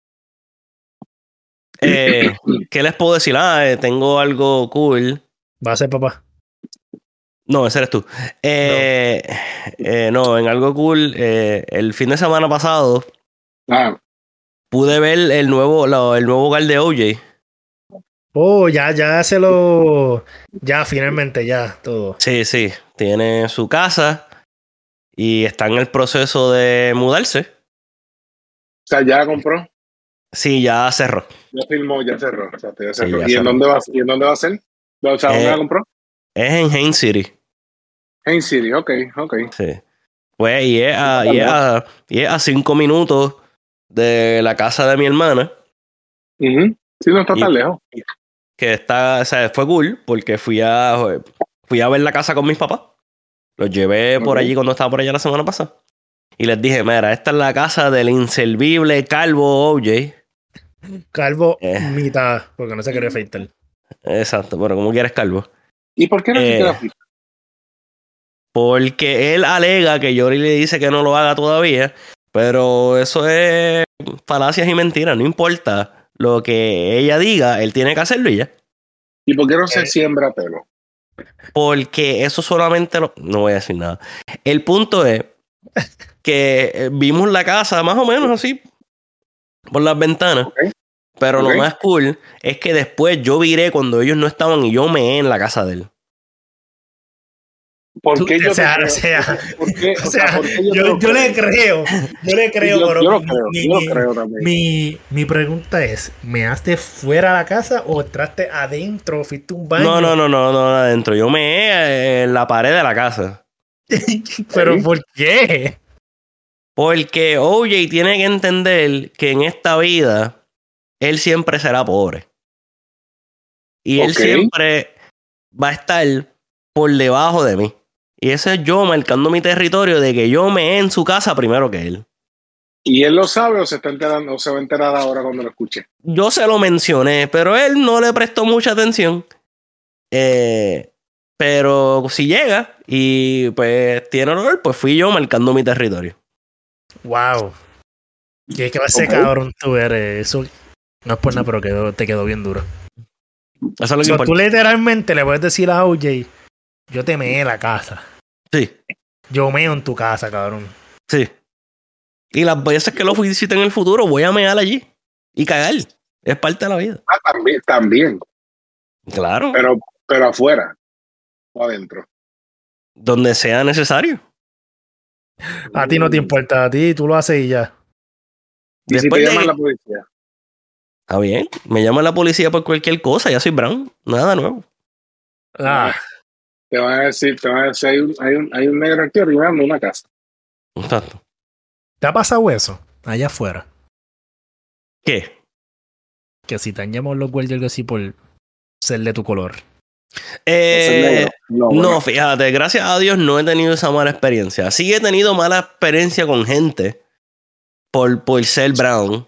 Eh, ¿qué les puedo decir? Ah, eh, tengo algo cool. Va a ser papá. No, ese eres tú. Eh, eh, no, en algo cool. Eh, el fin de semana pasado Ah, pude ver el nuevo, lo- el nuevo hogar de O J. Oh, ya, ya se lo. Ya, finalmente, ya, todo. Sí, sí. Tiene su casa y está en el proceso de mudarse. o sea, ya la compró. Sí, ya cerró. Ya firmó, ya cerró. O sea, ya Sí, cerró. ya ¿Y, en cerró. dónde va, ¿Y en dónde va a ser? O sea, ¿dónde Eh, la compró? es en Haines City. En City, ok, ok. Sí. Pues, y es a, Está y es lejos. a, y es a cinco minutos de la casa de mi hermana. Ujú. Sí, no está Y tan lejos. que está, o sea, fue cool porque fui a, fui a ver la casa con mis papás. Los llevé por Ok. allí cuando estaba por allá la semana pasada. Y les dije, mira, esta es la casa del inservible calvo O J. Calvo, Eh, mitad, porque no se quería afeitar. exacto, pero como quieres calvo. ¿Y por qué no se Eh, queda fija? porque él alega que Yori le dice que no lo haga todavía. Pero eso es falacias y mentiras. No importa lo que ella diga, él tiene que hacerlo y ya. ¿Y por qué no se Eh. siembra pelo? Porque eso solamente lo... No voy a decir nada. El punto es que eh, vimos la casa más o menos así por las ventanas. Ok. Pero Ok. lo más cool es que después yo viré cuando ellos no estaban y yo meé en la casa de él. ¿Por Tú- qué yo o sea, te o sea, creo? ¿Por qué? o sea, ¿por qué yo, te yo, lo yo le creo? creo, yo le creo, Yo, pero yo lo mi, creo, mi, yo lo mi- creo también. mi, mi pregunta es, ¿measte fuera de la casa o entraste adentro? ¿Fuiste a un baño? No, no, no, no, no, adentro. Yo me en la pared de la casa. ¿Pero ¿Sí? por qué? Porque O J tiene que entender que en esta vida él siempre será pobre. Y él Ok. siempre va a estar por debajo de mí. Y ese es yo marcando mi territorio de que yo me en su casa primero que él. ¿Y él lo sabe o se está enterando o se va a enterar ahora cuando lo escuche? Yo se lo mencioné, pero él no le prestó mucha atención. Eh, pero si llega y pues tiene honor, pues fui yo marcando mi territorio. Wow. ¿Qué clase de Ok. cabrón tú eres? Eso no es por nada, pero quedó- te quedó bien duro. Eso es lo que So, tú importa. literalmente le puedes decir a O J, yo te meé la casa. Sí, Yo meo en tu casa, cabrón. sí. Y las veces que lo visite en el futuro, voy a mear allí y cagar. Es parte de la vida. Ah, también, también. Claro. Pero, pero afuera o adentro. Donde sea necesario. A ti no te importa, a ti tú lo haces y ya. ¿Y si te Después llaman de... la policía? Está bien. Me llama la policía por cualquier cosa. Ya soy Brown. Nada nuevo. Ah, Te van a decir, te van a decir, hay un, hay un, hay un negro aquí arribando una casa. Exacto. ¿te ha pasado eso? Allá afuera. ¿Qué? Que si te han llamado los guardias o algo así por ser de tu color. Eh, No, no, bueno. fíjate, gracias a Dios no he tenido esa mala experiencia. Sí he tenido mala experiencia con gente por, por ser brown.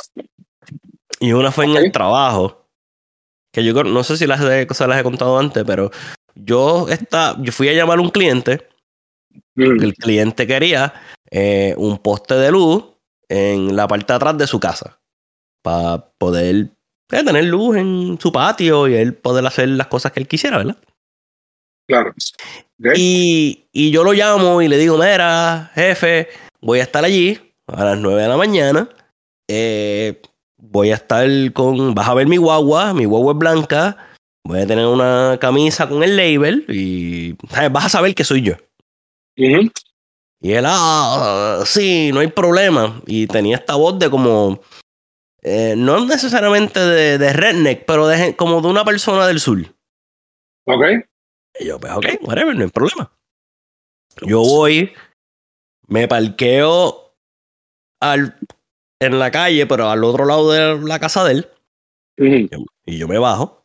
Y una fue en Ok. el trabajo. Que yo creo- no sé si las he, se las he contado antes, pero yo, está, yo fui a llamar a un cliente. Mm. El cliente quería eh, un poste de luz en la parte de atrás de su casa. Para poder eh, tener luz en su patio y él poder hacer las cosas que él quisiera, ¿verdad? Claro. Ok. Y, y yo lo llamo y le digo, mira, jefe, voy a estar allí a las nueve de la mañana. Eh, voy a estar con... Vas a ver mi guagua, mi guagua es blanca. Voy a tener una camisa con el label y ¿sabes? Vas a saber que soy yo. Ujú. Y él, ah, sí, no hay problema. Y tenía esta voz de como... eh, no necesariamente de, de redneck, pero de, como de una persona del sur. Ok. Y yo, pues ok, whatever, no hay problema. Yo voy, me parqueo al, en la calle, pero al otro lado de la casa de él. Ujú. Y yo me bajo.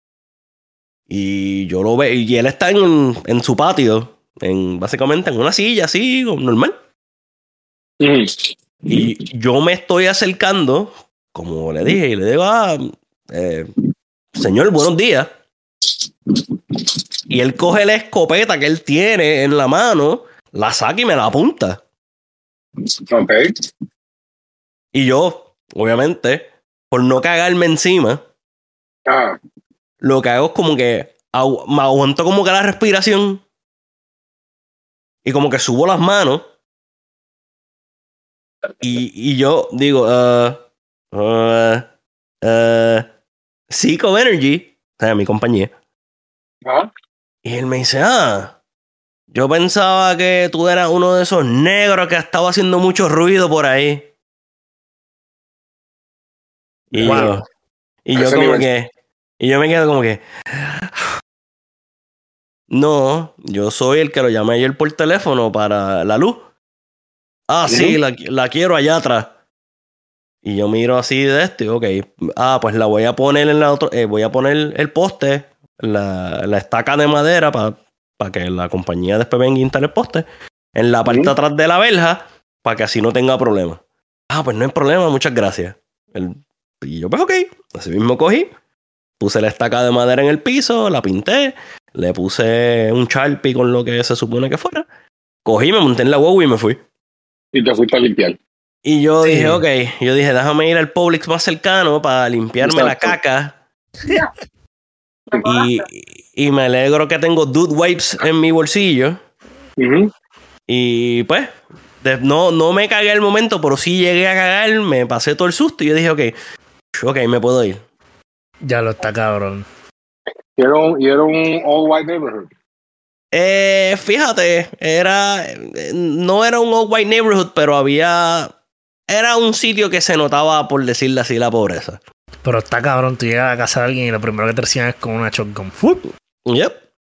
Y yo lo veo. Y él está en, en su patio. En, básicamente en una silla así, normal. Ujú. Y yo me estoy acercando, como le dije, y le digo, ah, eh, señor, buenos días. Y él coge la escopeta que él tiene en la mano, la saca y me la apunta. Ok. Y yo, obviamente, por no cagarme encima, Ah. lo que hago es como que agu- me aguanto como que la respiración y como que subo las manos y, y yo digo, uh, uh, uh, Seco Energy, o sea, mi compañía. Ah. Y él me dice, ah, yo pensaba que tú eras uno de esos negros que estaba haciendo mucho ruido por ahí. Y Wow. yo, y A yo ese como nivel. que, y yo me quedo como que, no, yo soy el que lo llamé ayer por teléfono para la luz. Ah, sí, Ujú. la, la quiero allá atrás. Y yo miro así de esto y ok, ah, pues la voy a poner en la otra, eh, voy a poner el poste, la, la estaca de madera para que la compañía después venga y instale el poste en la parte de Ujú. atrás de la verja para que así no tenga problema. Ah, pues no hay problema, muchas gracias. El, y yo pues ok, así mismo cogí, puse la estaca de madera en el piso, la pinté, le puse un Sharpie con lo que se supone que fuera, cogí, me monté en la guagua y me fui. Y te fuiste a limpiar. Y yo Sí. dije, ok, yo dije, déjame ir al Publix más cercano para limpiarme la Exacto. caca. Y, y me alegro que tengo Dude Wipes en mi bolsillo. Ujú. Y pues, de- no, no me cagué al momento, pero sí llegué a cagar, me pasé todo el susto y yo dije, ok, ok, me puedo ir. Ya lo está, cabrón. Y era un, y era un all white neighborhood. Eh, fíjate, era no era un old white neighborhood, pero había era un sitio que se notaba, por decirlo así, la pobreza. Pero está cabrón, tú llegas a casa de alguien y lo primero que te reciben es con una shotgun. ¡Fup! Yep.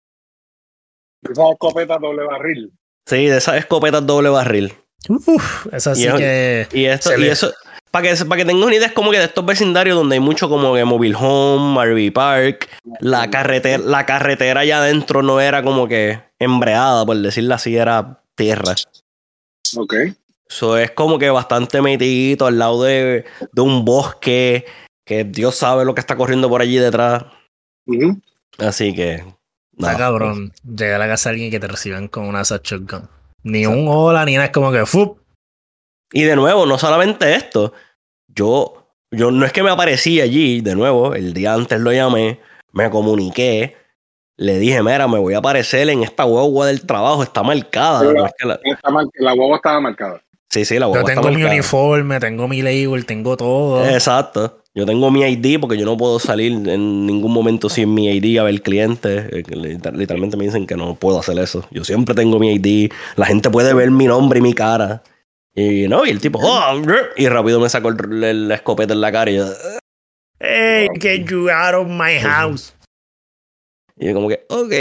Esa escopeta doble barril. Sí, de esas escopetas doble barril. Uf, esa sí y que... Y esto, se y le- eso, para que, para que tengas una idea, es como que de estos vecindarios donde hay mucho como que mobile home, R V park, la carretera, la carretera allá adentro no era como que embreada, por decirlo así, era tierra. Ok. Eso es como que bastante metidito al lado de, de un bosque, que Dios sabe lo que está corriendo por allí detrás. Uh-huh. Así que... Está no, cabrón llegar a casa de alguien que te reciban con una shotgun. Ni Exacto. un hola, ni nada, es como que ¡fup! Y de nuevo, no solamente esto, yo, yo no es que me aparecí allí, de nuevo, el día antes lo llamé, me comuniqué, le dije, mira, me voy a aparecer en esta guagua del trabajo, está marcada. Pero no la, es que la... está mar- la guagua estaba marcada. Sí, sí, la Yo guagua está tengo mi marcada. uniforme, tengo mi label, tengo todo. Exacto. Yo tengo mi I D porque yo no puedo salir en ningún momento sin mi I D a ver clientes. Eh, que liter- Literalmente me dicen que no puedo hacer eso. Yo siempre tengo mi I D. La gente puede ver mi nombre y mi cara. Y no, y el tipo, oh, y rápido me sacó el- el- la escopeta en la cara y yo, Hey, get you out of my house. y yo como que, ok.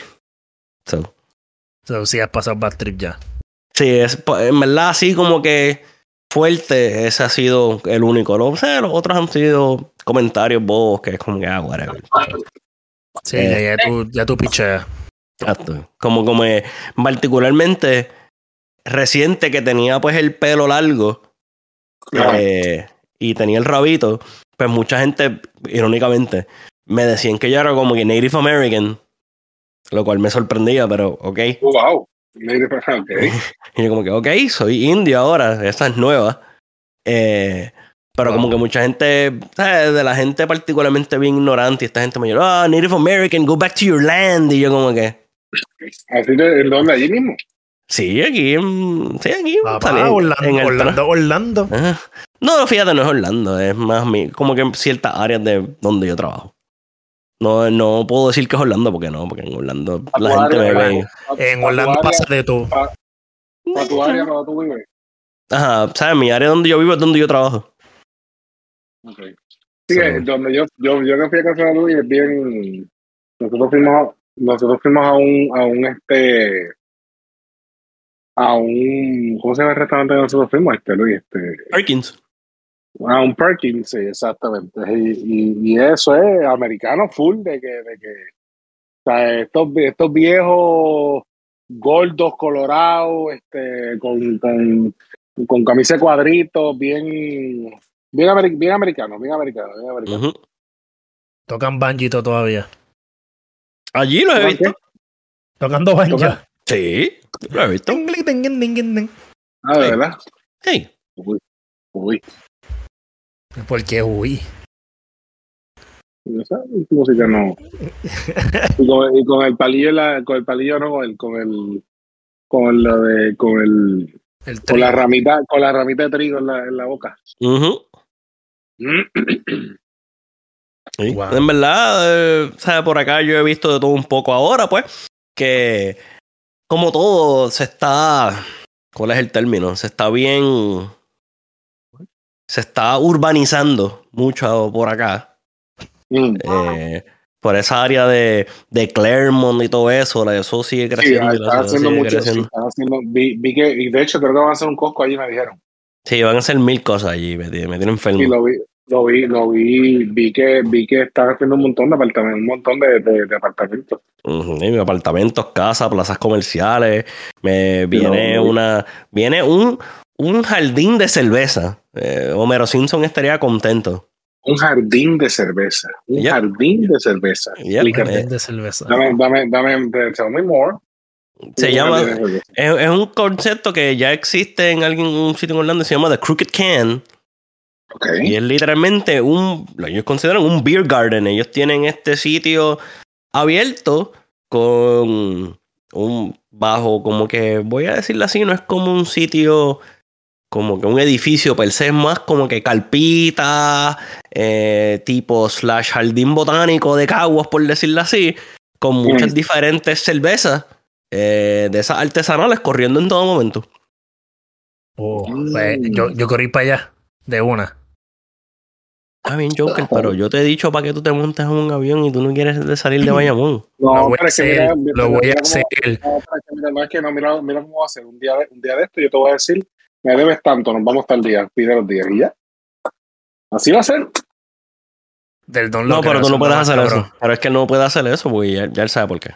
So, So, sí, has pasado bad trip ya. sí, es, en verdad así como que fuerte, ese ha sido el único. No sé, los otros han sido comentarios bobos que es como que, ah, whatever. Sí, Eh. ya, ya tú, ya tú picheas. Exacto. Como, como eh, particularmente reciente que tenía pues el pelo largo eh, y tenía el rabito, pues mucha gente, irónicamente, me decían que yo era como que Native American, lo cual me sorprendía, pero ok. Oh, wow. Okay. Y yo como que, ok, soy indio ahora, esa es nueva. Eh, pero Wow. como que mucha gente, ¿sabes? De la gente particularmente bien ignorante, y esta gente me dijo, ah, Native American, go back to your land. Y yo como que, Así de ¿en dónde? Allí mismo. sí, aquí en, sí, aquí Papá, salí en- Orlando, en el Orlando, Orlando. Ajá. No, fíjate, no es Orlando, es más mi, como que en ciertas áreas de donde yo trabajo. No, no puedo decir que es Orlando porque no, porque en Orlando A la tu gente área, me a- ve. a- En a tu Orlando área, pasa de todo. a- a tu área donde tú vives. Ajá, ¿sabes? Mi área donde yo vivo es donde yo trabajo. Okay. Sí, So, eh, donde yo, yo, yo que fui a casa de Luis es bien. Nosotros fuimos, nosotros fuimos a un, a un este, a un, ¿cómo se llama el restaurante que nosotros fuimos? Este, Luis, este, Perkins. a un Perkins, sí, exactamente. Y, y, y eso es americano full de que, de que, o sea, estos, estos viejos gordos, colorados, este, con, con, con camisa de cuadritos, bien, bien, ameri- bien americano, bien americano, bien americano. Ujú. Tocan banjito todavía. Allí lo he ¿Tocan visto. qué? Tocando banjo. ¿Tocan? Sí, lo he visto. Ting, ting, ting, ting, ting, ting. Ah, de Sí. verdad. Sí. Uy, uy. Porque, uy. Esa música no. Y con, y con el palillo, en la, con el palillo no, con el, con el, con lo de, con el, El con la trigo. ramita, con la ramita de trigo en la, en la boca. Ujú. Sí. Wow. En verdad, eh, o sea, por acá yo he visto de todo un poco ahora, pues, que como todo se está, ¿cuál es el término? Se está bien, se está urbanizando mucho por acá. Mm. Eh, por esa área de, de Claremont y todo eso, la- eso sigue Sí, creciendo y la están ciudad haciendo sigue mucho, sí, creciendo. están haciendo, vi, vi que, y de hecho creo que van a hacer un Costco allí, me dijeron. Sí, van a hacer mil cosas allí, me, tiene- me tiene enfermo. Sí, lo vi, lo vi, lo vi, vi que, vi que están haciendo un montón de apartamentos, un montón de, de, de apartamentos. Ujú, y apartamentos, casas, plazas comerciales. Me Sí, viene lo- lo vi. una. Viene un, un jardín de cerveza. Eh, Homero Simpson estaría contento. Un jardín de cerveza, un Yep. jardín de cerveza. Yep. Explícate. Jardín de cerveza. Dame, dame, dame, tell me more. Se Un llama. jardín de cerveza. Es, es un concepto que ya existe en alguien, un sitio en Orlando, se llama The Crooked Can. Ok. Y es literalmente un. Ellos consideran un beer garden. Ellos tienen este sitio abierto con un bajo, como que voy a decirlo así, no es como un sitio, como que un edificio per se, es más como que carpita, eh, tipo slash jardín botánico de Caguas, por decirlo así, con muchas Mm. diferentes cervezas eh, de esas artesanales corriendo en todo momento. Oh, pues, yo, yo corrí para allá, de una. Está bien, Joker, pero yo te he dicho para que tú te montes en un avión y tú no quieres de salir de Bayamón. No, Lo voy pero a es que hacer, mira, lo mira, voy a mira cómo- hacer. no, pero es que mira, no es que no, mira, mira cómo va a ser. Un día, de, un día de esto yo te voy a decir, me debes tanto, nos vamos tal día, pide los días y ya. Así va a ser. Del don No, lo pero creo, tú no eso puedes más hacer cabrón. eso. Pero es que él no puede hacer eso porque ya, ya él sabe por qué.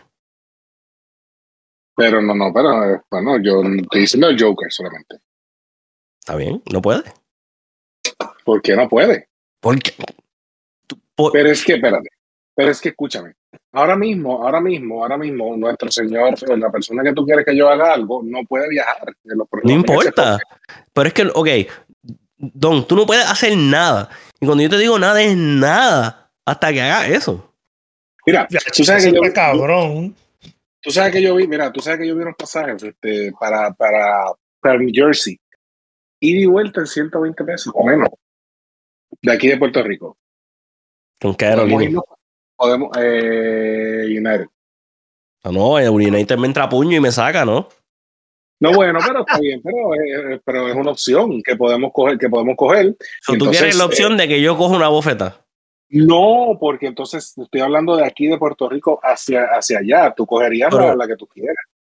Pero no, no, pero eh, bueno, yo estoy diciendo el Joker solamente. Está bien, no puede. ¿Por qué no puede? ¿Por qué? Tú- por- Pero es que, espérate, pero es que escúchame. Ahora mismo, ahora mismo, ahora mismo, nuestro señor, o la persona que tú quieres que yo haga algo, no puede viajar en los No próximos meses. importa. Pero es que, ok, Don, tú no puedes hacer nada. Y cuando yo te digo nada, es nada. Hasta que hagas eso. Mira, Ya, tú sabes eso que yo, está cabrón. tú sabes que yo vi, mira, tú sabes que yo vi unos pasajes este, para, para, para New Jersey. Ida y vuelta en ciento veinte pesos, o menos, de aquí de Puerto Rico. ¿Con qué Podemos aerolínea? irnos, podemos, eh, United. Ah, no, el United me entra a puño y me saca, ¿no? No, bueno, pero está bien, pero, eh, pero es una opción que podemos coger, que podemos coger. So, Y ¿tú entonces, quieres la eh, opción de que yo coja una bofeta? no, porque entonces estoy hablando de aquí de Puerto Rico hacia, hacia allá. Tú cogerías Pero- la, la que tú quieras.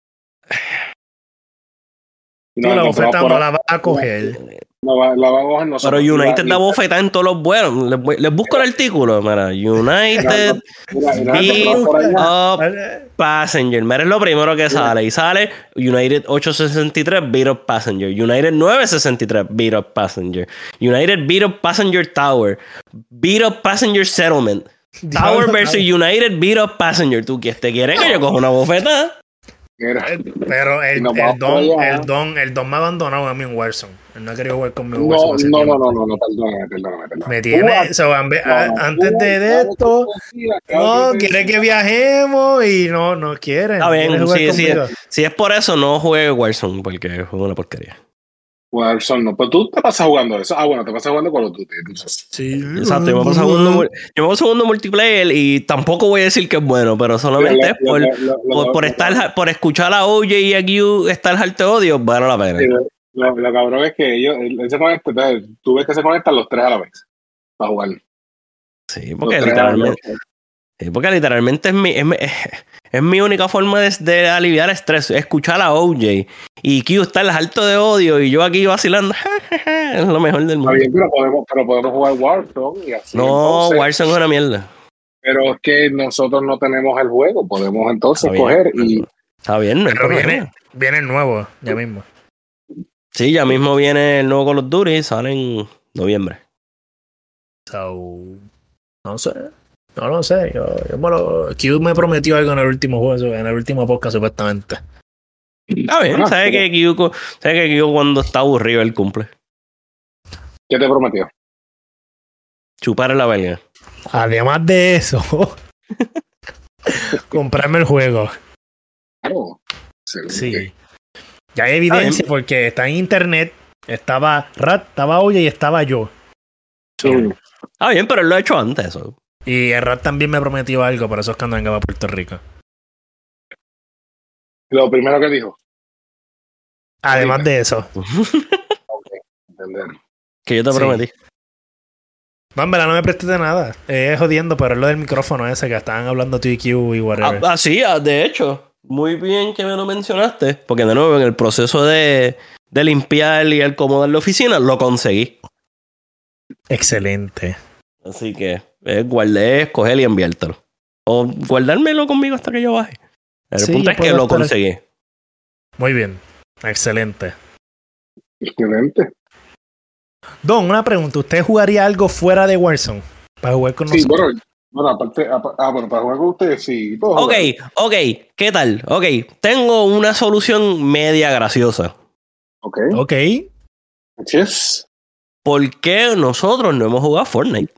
Y Tú nos la encontramos bofeta por no ahí. la vas a coger. La, va- la vamos a coger nosotros. Pero Y la- United y- da bofeta en todos los vuelos. Les, voy- les busco el artículo. Mira, United mira, y nos Beat encontramos por allá. Up Passenger. Mira, es lo primero que sale. Y sale United ochocientos sesenta y tres Beat Up Passenger. United novecientos sesenta y tres Beat Up Passenger. United Beat Up Passenger Tower. Beat Up Passenger Settlement. Tower versus United Beat Up Passenger. ¿Tú quieres? ¿Te quieres que yo coja una bofeta? Mira, Pero el, Y nos el, vamos por don, allá. el, don, el Don me ha abandonado a mí en Warzone. Él no ha querido jugar conmigo en no, Warzone hace no, no, tiempo. no, no, no, perdóname, perdóname, perdóname. Me Tú tiene. vas- so, ambe- no, a- no, antes tú de, vas- de esto, decía, claro, no, te quiere decía. que viajemos y no, no quiere. Está no quiere bien, jugar sí, sí. conmigo. Si es por eso, no juegue Warzone, porque es una porquería. Warzone no, pero tú te pasas jugando eso. Ah, bueno, te pasas jugando con los Duty. Sí. Exacto, yo me paso jugando, mul- yo me paso jugando multiplayer y tampoco voy a decir que es bueno, pero solamente es por, por, por estar, por escuchar a O J y a Q estar harto odio, vale la pena. Sí, lo, lo, lo cabrón es que ellos, él, él se conecta, entonces, tú ves que se conectan los tres a la vez para jugar. Sí, porque Los tres a la literalmente, vez. sí, porque literalmente es mi, es, mi, es mi única forma de, de aliviar estrés, escuchar a O J y Q estar harto de odio y yo aquí vacilando, es lo mejor del Está mundo. bien, pero podemos, pero podemos jugar Warzone y así. No, entonces, Warzone es una mierda. pero es que nosotros no tenemos el juego, podemos entonces Está bien, coger y Está bien, no hay Pero problema. viene, viene el nuevo, ya mismo. Sí, ya mismo viene el nuevo Call of Duty, sale en noviembre. So, no sé. No lo sé. Yo, yo me lo, Q me prometió algo en el último juego, en el último podcast, supuestamente. Está bien, Ah, ¿sabes pero- que Q, sabe que Q cuando está aburrido él cumple? ¿qué te prometió? Chupar en la belga. Además de eso, comprarme el juego. Oh, excelente. Sí. Ya hay evidencia porque está en internet. Estaba Rat, estaba Oye y estaba yo. So, Sí. Ah, bien, pero él lo ha hecho antes. Eso. y el Rat también me prometió algo, por eso es cuando venga a Puerto Rico. Lo primero que dijo, Además de eso. entender. Que yo te Sí. prometí. No, en verdad no me prestes de nada. Eh, Es jodiendo, pero es lo del micrófono ese que estaban hablando tú y Q y whatever. Ah, ah, sí, ah, de hecho. Muy bien que me lo mencionaste. Porque de nuevo, en el proceso de, de limpiar y acomodar la oficina, lo conseguí. Excelente. Así que es guardé, escoger y enviártelo. O guardármelo conmigo hasta que yo baje. El Sí, punto yo es que puedo lo estar- conseguí. Muy bien. Excelente. Excelente. Don, una pregunta. ¿Usted jugaría algo fuera de Warzone? Para jugar con Sí, nosotros. bueno, bueno, aparte, apa- ah, bueno, para jugar con ustedes, sí. puedo Ok, jugar. ok, ¿qué tal? Ok, tengo una solución media graciosa. Ok. Ok. Yes. ¿Por qué nosotros no hemos jugado Fortnite?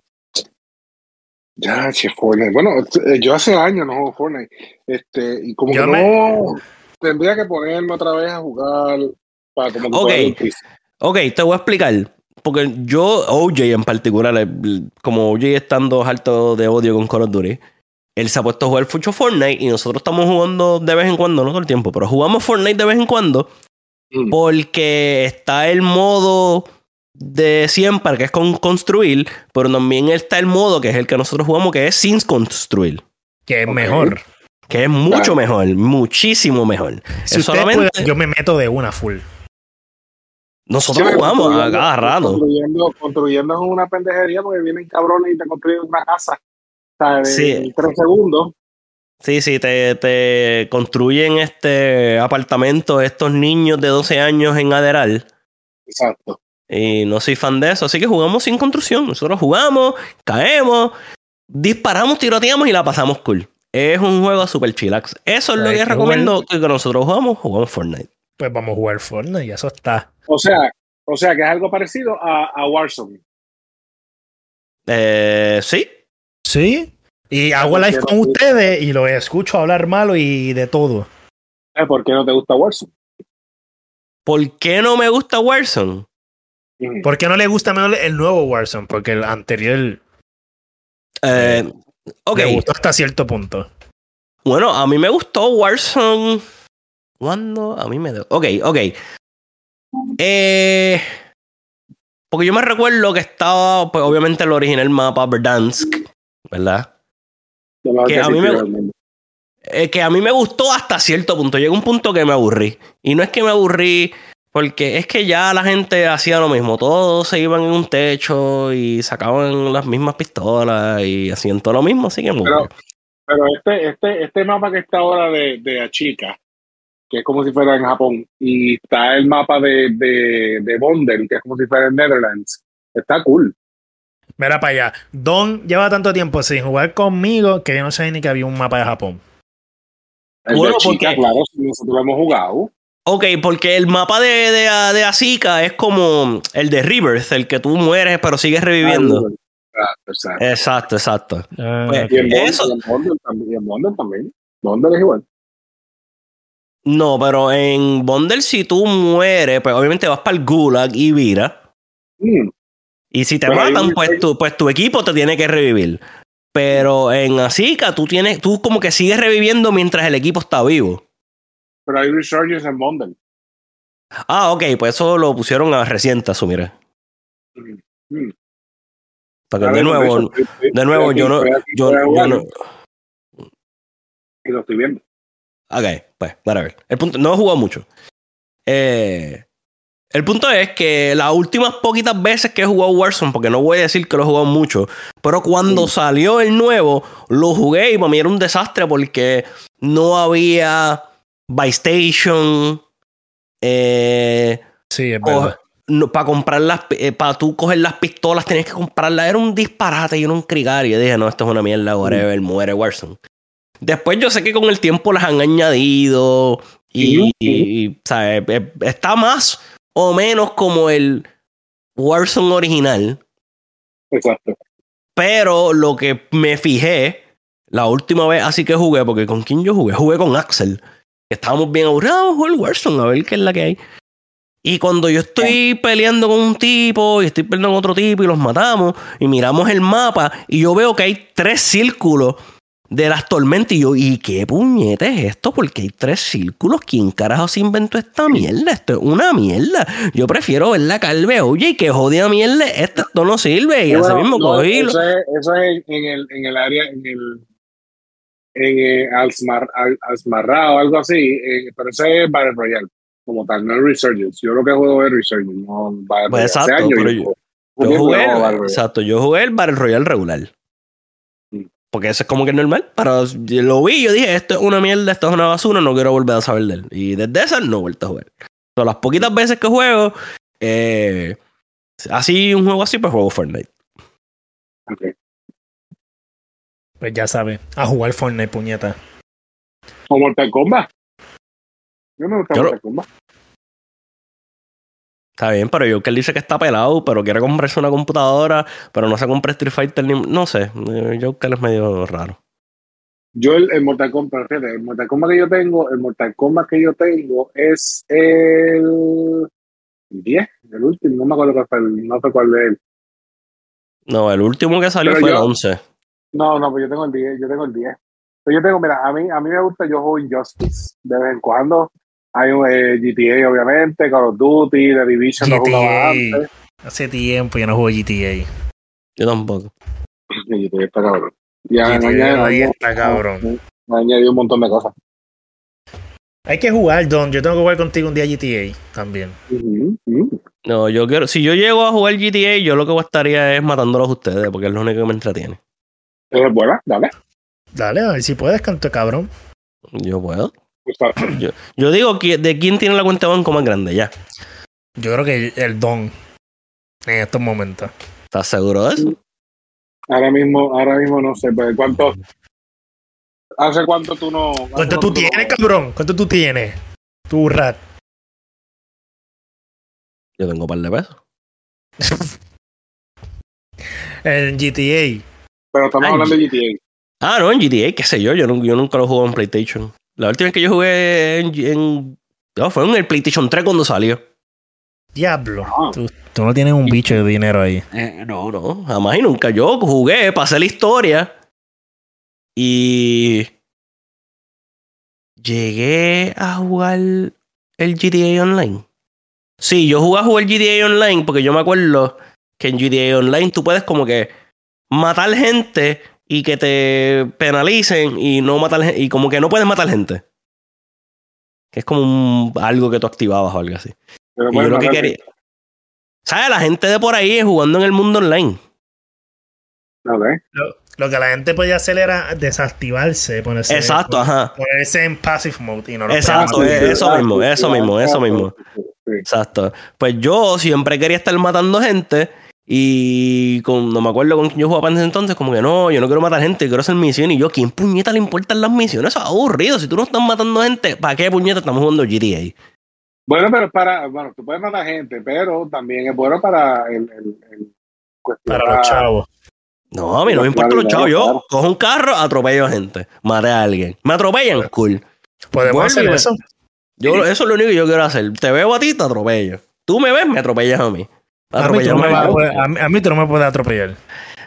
Ya, che, Fortnite. Bueno, eh, yo hace años no juego Fortnite. Este, y como Yo que me- no tendría que ponerme otra vez a jugar para como que Ok. cogerle el piso. Ok, te voy a explicar. Porque yo, O J en particular, eh, como O J estando harto de odio con Call of Duty, él se ha puesto a jugar mucho Fortnite y nosotros estamos jugando de vez en cuando, no todo el tiempo, pero jugamos Fortnite de vez en cuando mm. porque está el modo de siempre, que es con construir, pero también está el modo que es el que nosotros jugamos, que es sin construir. Que es okay. mejor. Que es mucho claro. mejor, muchísimo mejor. Si es solamente... puede, yo me meto de una full. Nosotros sí, jugamos a cada rato. Construyendo, construyendo una pendejería porque vienen cabrones y te construyen una casa. ¿Sabes? Sí. En tres segundos. Sí, sí, te, te construyen este apartamento estos niños de doce años en Aderal. Exacto. Y no soy fan de eso, así que jugamos sin construcción. Nosotros jugamos, caemos, disparamos, tiroteamos y la pasamos cool. Es un juego super chillax. Eso es lo que recomiendo que nosotros jugamos, jugamos Fortnite. Pues vamos a jugar Fortnite y eso está. O sea, o sea que es algo parecido a, a Warzone. Eh, sí. Sí. Y hago live con ustedes y lo escucho hablar malo y de todo. ¿Por qué no te gusta Warzone? ¿Por qué no me gusta Warzone? ¿Por qué no le gusta mejor el nuevo Warzone? Porque el anterior eh, eh, okay. me gustó hasta cierto punto. Bueno, a mí me gustó Warzone. ¿Cuándo? A mí me... Ok, ok. Eh, porque yo me recuerdo que estaba, pues obviamente el original mapa Verdansk, ¿verdad? Que a, mí me, eh, que a mí me gustó hasta cierto punto. Llegó un punto que me aburrí. Y no es que me aburrí porque es que ya la gente hacía lo mismo. Todos se iban en un techo y sacaban las mismas pistolas y hacían todo lo mismo. Así que pero, pero este, este, este mapa que está ahora de, de Achika, que es como si fuera en Japón, y está el mapa de, de, de Bondel, que es como si fuera en Netherlands. Está cool. Mira para allá. Don lleva tanto tiempo sin jugar conmigo que yo no sabía ni que había un mapa de Japón. El bueno, de Chica, porque... claro, si nosotros lo hemos jugado. Ok, porque el mapa de, de, de Azika es como el de Rebirth, el que tú mueres pero sigues reviviendo. Ah, exacto, exacto. Exacto, exacto. Ah, pues, y en Bondel, eso... también, en Bondel también. Bondel es igual. No, pero en Bondel si tú mueres, pues obviamente vas para el Gulag y vira. Mm. Y si te pero matan, pues tu, pues tu equipo te tiene que revivir. Pero en Azika tú tienes, tú como que sigues reviviendo mientras el equipo está vivo. Pero hay resurgence en Bondel. Ah, ok, pues eso lo pusieron a reciente, asumir. Mm. Mm. Porque de nuevo, de nuevo, yo no, yo, yo no. Y lo estoy viendo. Ok, pues, whatever. El punto, no he jugado mucho. Eh, el punto es que las últimas poquitas veces que he jugado Warzone, porque no voy a decir que lo he jugado mucho, pero cuando sí. salió el nuevo, lo jugué y para mí era un desastre porque no había buy station. Eh, sí, es verdad. No, para comprar las, eh, para tú coger las pistolas tenías que comprarlas. Era un disparate y era un crigar. Y yo dije, no, esto es una mierda, whatever, mm. muere Warzone. Después yo sé que con el tiempo las han añadido y, y, y ¿sabes? Está más o menos como el Warzone original. Exacto. Pero lo que me fijé la última vez así que jugué, porque ¿con quién yo jugué? Jugué con Axel. Estábamos bien aburridos, jugar el Warzone, a ver qué es la que hay. Y cuando yo estoy peleando con un tipo y estoy peleando con otro tipo y los matamos y miramos el mapa y yo veo que hay tres círculos de las tormentas y yo, ¿y qué puñete es esto? Porque hay tres círculos. ¿Quién carajo se inventó esta mierda? Esto es una mierda. Yo prefiero ver la calve, oye, que jodida mierda, esto, esto no sirve. Y bueno, así mismo no, cogí. Eso es, eso es en, el, en el área, en el en eh, Alsmar, Al, Alsmarra o algo así, eh, pero eso es Battle Royale como tal, no es Resurgence. Yo lo que juego es Resurgence, no Battle pues Royale. Exacto, pero yo, yo, yo jugué, exacto, yo jugué el Battle Royale regular. Mm. Porque eso es como que es normal. Pero lo vi y yo dije, esto es una mierda, esto es una basura, no quiero volver a saber de él. Y desde esa no he vuelto a jugar. Son las poquitas veces que juego, eh, así, un juego así, pues juego Fortnite. Okay. Pues ya sabes, a jugar Fortnite, puñeta. O Mortal Kombat. Yo me gusta yo Mortal Kombat. Está bien, pero yo que él dice que está pelado, pero quiere comprarse una computadora, pero no se compra Street Fighter ni... No sé, yo que él es medio raro. Yo el, el Mortal Kombat, fíjate, el Mortal Kombat que yo tengo, el Mortal Kombat que yo tengo es el diez, el último, no me acuerdo cuál fue, el, no sé cuál de él. No, el último que salió pero fue yo, el once. No, no, pues yo tengo el diez, yo tengo el diez. Pero yo tengo, mira, a mí, a mí me gusta, yo juego Injustice de vez en cuando. Hay un eh, G T A, obviamente, Call of Duty, The Division no jugaba antes. Hace tiempo yo no juego G T A. Yo tampoco. G T A está cabrón. Ya G T A añade, añade, está cabrón. ha añadido un montón de cosas. Hay que jugar, Don. Yo tengo que jugar contigo un día G T A también. Uh-huh, uh-huh. No, yo quiero. Si yo llego a jugar G T A, yo lo que estaría es matándolos a ustedes, porque es lo único que me entretiene. ¿Es buena? Dale. Dale, a ver si puedes, canto cabrón. Yo puedo. Yo, yo digo que de quién tiene la cuenta de banco más grande, ya. Yo creo que el Don en estos momentos. ¿Estás seguro de eso? Ahora mismo, ahora mismo no sé, pero ¿cuánto? ¿Hace cuánto tú no? ¿Cuánto tú tienes, no? Cabrón? ¿Cuánto tú tienes? Tú, rat. Yo tengo un par de pesos. En G T A. Pero estamos Ay, hablando de G T A. Ah, no, en G T A, qué sé yo. Yo, no, yo nunca lo jugué en PlayStation. La última vez que yo jugué en, en no, fue en el PlayStation tres cuando salió. Diablo. Ah. Tú, tú no tienes un bicho de dinero ahí. Eh, no, no, jamás y nunca. Yo jugué, pasé la historia. Y llegué a jugar el G T A Online. Sí, yo jugué a jugar G T A Online porque yo me acuerdo que en G T A Online tú puedes como que matar gente y que te penalicen y no matar gente, y como que no puedes matar gente. Que es como un, algo que tú activabas o algo así. Pero y yo lo que quería... ¿Sabes? La gente de por ahí jugando en el mundo online. Okay. Lo, lo que la gente podía hacer era desactivarse, ponerse, Exacto, poner, ajá. ponerse en passive mode y no lo Exacto, es, eso mismo, eso mismo, eso mismo. Exacto. Pues yo siempre quería estar matando gente y con, no me acuerdo con quién yo jugaba en ese entonces, como que no, yo no quiero matar gente, quiero hacer misiones. Y yo, ¿quién puñeta le importan las misiones? Eso es aburrido. Si tú no estás matando gente, ¿para qué puñeta estamos jugando G T A? Bueno, pero para, bueno, tú puedes matar gente, pero también es bueno para el, el, el para los chavos. No, a mí no me importa los chavos. Yo cojo un carro, atropello a gente, maté a alguien. Me atropellan, cool. ¿Podemos Vuelve hacer eso? Yo, eso es lo único que yo quiero hacer. Te veo a ti, te atropello. Tú me ves, me atropellas a mí. A mí, no me a, poder, a, mí, a mí tú no me puedes atropellar.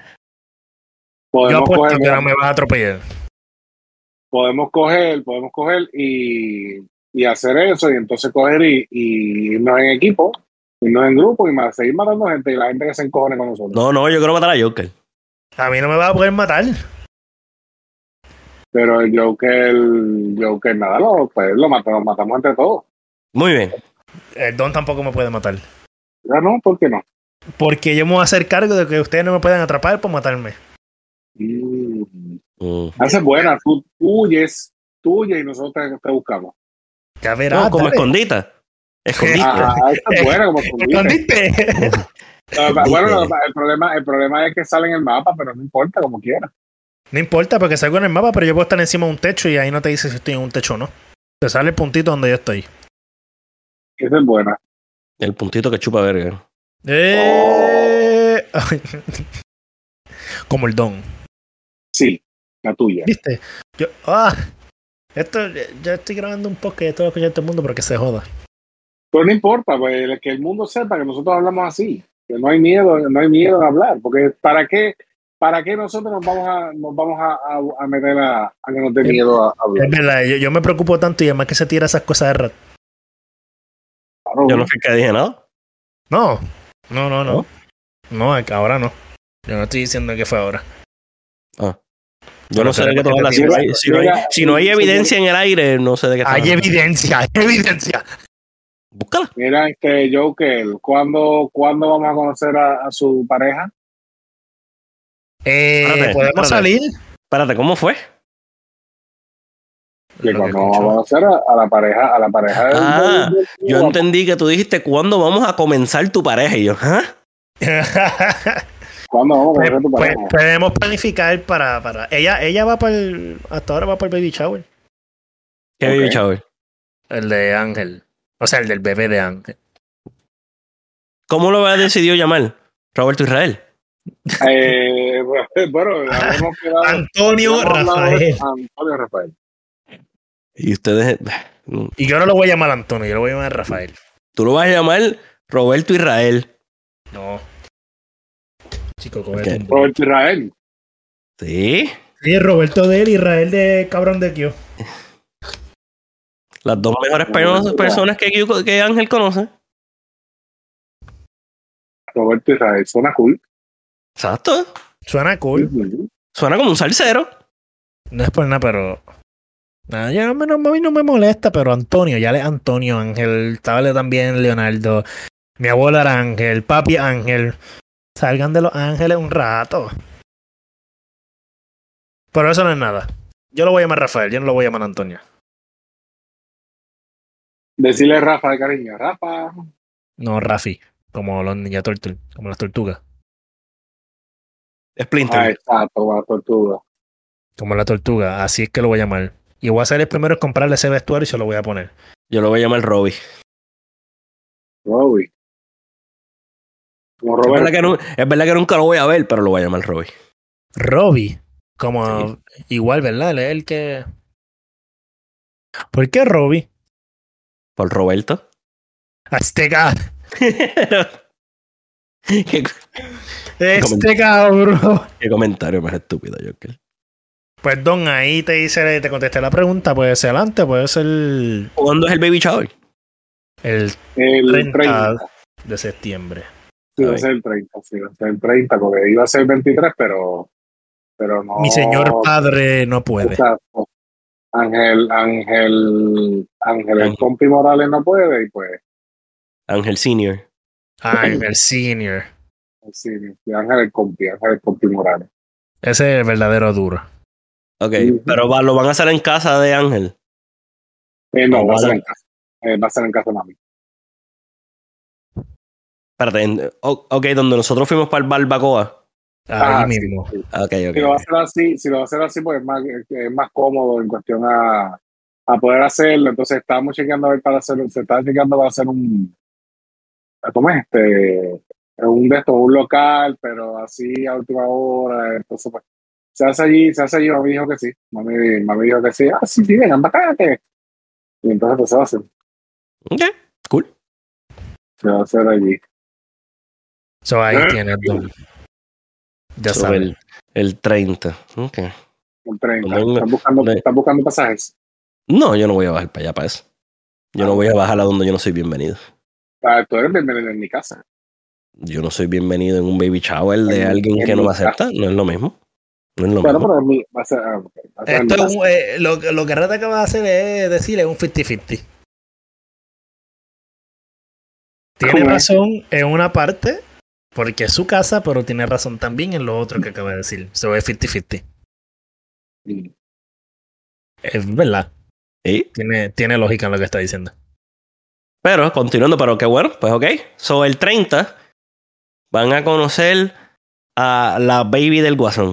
Yo apuesto coger, que no me vas a atropellar. Podemos coger, podemos coger y, y hacer eso, y entonces coger y, y irnos en equipo, irnos en grupo y más, seguir matando gente y la gente que se encojone con nosotros. No, no, yo quiero matar a Joker. A mí no me va a poder matar. Pero el Joker, el Joker nada, lo, pues lo matamos, matamos entre todos. Muy bien. El Don tampoco me puede matar. Ya no, ¿por qué no? Porque yo me voy a hacer cargo de que ustedes no me pueden atrapar por matarme. Mm. Mm. Esa es buena, tú huyes, tú huyes y nosotros te, te buscamos. Ya verás. No, como escondita. Escondita. Ah, esa es buena, como escondite. Escondite. Bueno, el problema, el problema es que sale en el mapa, pero no importa, como quiera. No importa, porque salgo en el mapa, pero yo puedo estar encima de un techo y ahí no te dice si estoy en un techo o no. Te sale el puntito donde yo estoy. Esa es buena. El puntito que chupa verga. Eh... Oh. Como el Don. Sí, la tuya. ¿Viste? Yo, ah, esto, yo estoy grabando un podcast y esto lo escucha todo el mundo, pero que se joda. Pero no importa, pues que el mundo sepa que nosotros hablamos así, que no hay miedo, no hay miedo de hablar, porque ¿para qué, para qué nosotros nos vamos a, nos vamos a, a, a meter a, a que nos dé miedo a hablar? Es verdad, yo, yo me preocupo tanto y además que se tira esas cosas de rat. Claro, yo no fui que dije nada. No, no, no, no. No, no ahora no. Yo no estoy diciendo que fue ahora. Ah. Yo no sé de qué tú hablas. Si, si, no hay, si no hay evidencia en el aire, no sé de qué tú hablas. Hay evidencia, hay evidencia. Búscala. Mira, este Joker, ¿cuándo, ¿cuándo vamos a conocer a, a su pareja? Eh, espérate, ¿podemos espérate. salir? Espérate, ¿cómo fue? Que cuando vamos a conocer a, a la pareja, a la pareja ah, del, del, del, yo entendí que tú dijiste ¿cuándo vamos a comenzar tu pareja? Y yo, ¿ah? ¿Cuándo vamos a conocer tu pareja? Pues, podemos planificar para, para. Ella, ella va para el. Hasta ahora va para el baby shower. ¿Qué okay. baby shower? El de Ángel. O sea, el del bebé de Ángel. ¿Cómo lo había decidido llamar? Roberto Israel. Eh, bueno, hemos quedado, Antonio Rafael. Antonio Rafael. Y ustedes. Y yo no lo voy a llamar Antonio, yo lo voy a llamar Rafael. Tú lo vas a llamar Roberto Israel. No. Chico, con okay. Roberto Israel. Sí. Sí, Roberto de él, Israel de cabrón de Kio. Las dos mejores per- personas que, que Ángel conoce. Roberto Israel, suena cool. Exacto. Suena cool. Uh-huh. Suena como un salsero. No es por nada, pero... Nada, ya no, a mí no me molesta, pero Antonio, ya le Antonio Ángel, estaba también Leonardo. Mi abuelo era Ángel, papi Ángel. Salgan de los ángeles un rato. Pero eso no es nada. Yo lo voy a llamar Rafael, yo no lo voy a llamar Antonio. Decirle Rafa de cariño. Rafa. No, Rafi. Como los Ninja Turtles, como las tortugas. Splinter. Ah, exacto, la tortuga. Como la tortuga, así es que lo voy a llamar. Y voy a ser el primero en comprarle ese vestuario y se lo voy a poner. Yo lo voy a llamar Robbie. Robbie. Como Es verdad, Roberto. que no, es verdad que nunca lo voy a ver, pero lo voy a llamar Robbie. Robbie. Como Sí. igual, ¿verdad? Él es el que... ¿Por qué Robbie? Por Roberto. Azteca. ¿Qué, Este cabrón. qué comentario más estúpido, Joker. Pues Don, ahí te hice, te contesté la pregunta. Puede ser antes, puede ser el, ¿Cuándo es el baby shower? el El treinta treinta. de septiembre. Sí, A va a ver. ser el treinta, sí, va a ser el treinta, porque iba a ser el veintitrés, pero, pero no. Mi señor padre no puede. Exacto. Ángel, Ángel, Ángel, el Ángel. compi Morales no puede, y pues, Ángel Senior. Ángel Senior. sí, sí, Ángel el compi, Ángel el compi Morales. Ese es el verdadero duro. Ok, Ujú. pero va- lo van a hacer en casa de Ángel. Eh, no, Ah, va a ser vale. en casa. Eh, va a ser en casa de mami. Espérate, en- o- ok, donde nosotros fuimos para el barbacoa. Ahí Ah, sí, mismo. sí. Ok, ok. Si lo va a ok. hacer así, si lo va a hacer así, pues es más, es más cómodo en cuestión a, a poder hacerlo. Entonces estábamos chequeando a ver para hacer, se estaba chequeando para hacer un, ¿cómo es este? Un de estos, un local, pero así a última hora. Entonces, pues, se hace allí, se hace allí, mami dijo que sí. Mami, mami dijo que sí. Ah, sí, sí, vengan, bacate. Y entonces pues se va a hacer, Ok, cool. se va a hacer allí. So ahí tienes Don. Ya So, sabes. el, el treinta. Ok. Un treinta. No, no, ¿Están buscando, no. están buscando pasajes? No, yo no voy a bajar para allá para eso. Yo no Ah, voy a bajar a donde yo no soy bienvenido. Ah, tú eres bienvenido en mi casa. Yo no soy bienvenido en un baby shower de En- alguien en que no mi me acepta. No es lo mismo. No es lo Bueno, mismo. pero en mi, va a ser, ah, ok, va a ser en mi Esto es casa. un, eh, lo, lo que Rata acaba de hacer es decirle un cincuenta cincuenta. Tiene ¿Cómo es? razón en una parte, porque es su casa, pero tiene razón también en lo otro que acaba de decir. So es cincuenta cincuenta. Mm. Es verdad. Sí. Tiene, tiene lógica en lo que está diciendo. Pero, continuando, pero qué bueno. Pues ok. So, el treinta van a conocer a la baby del Guasón.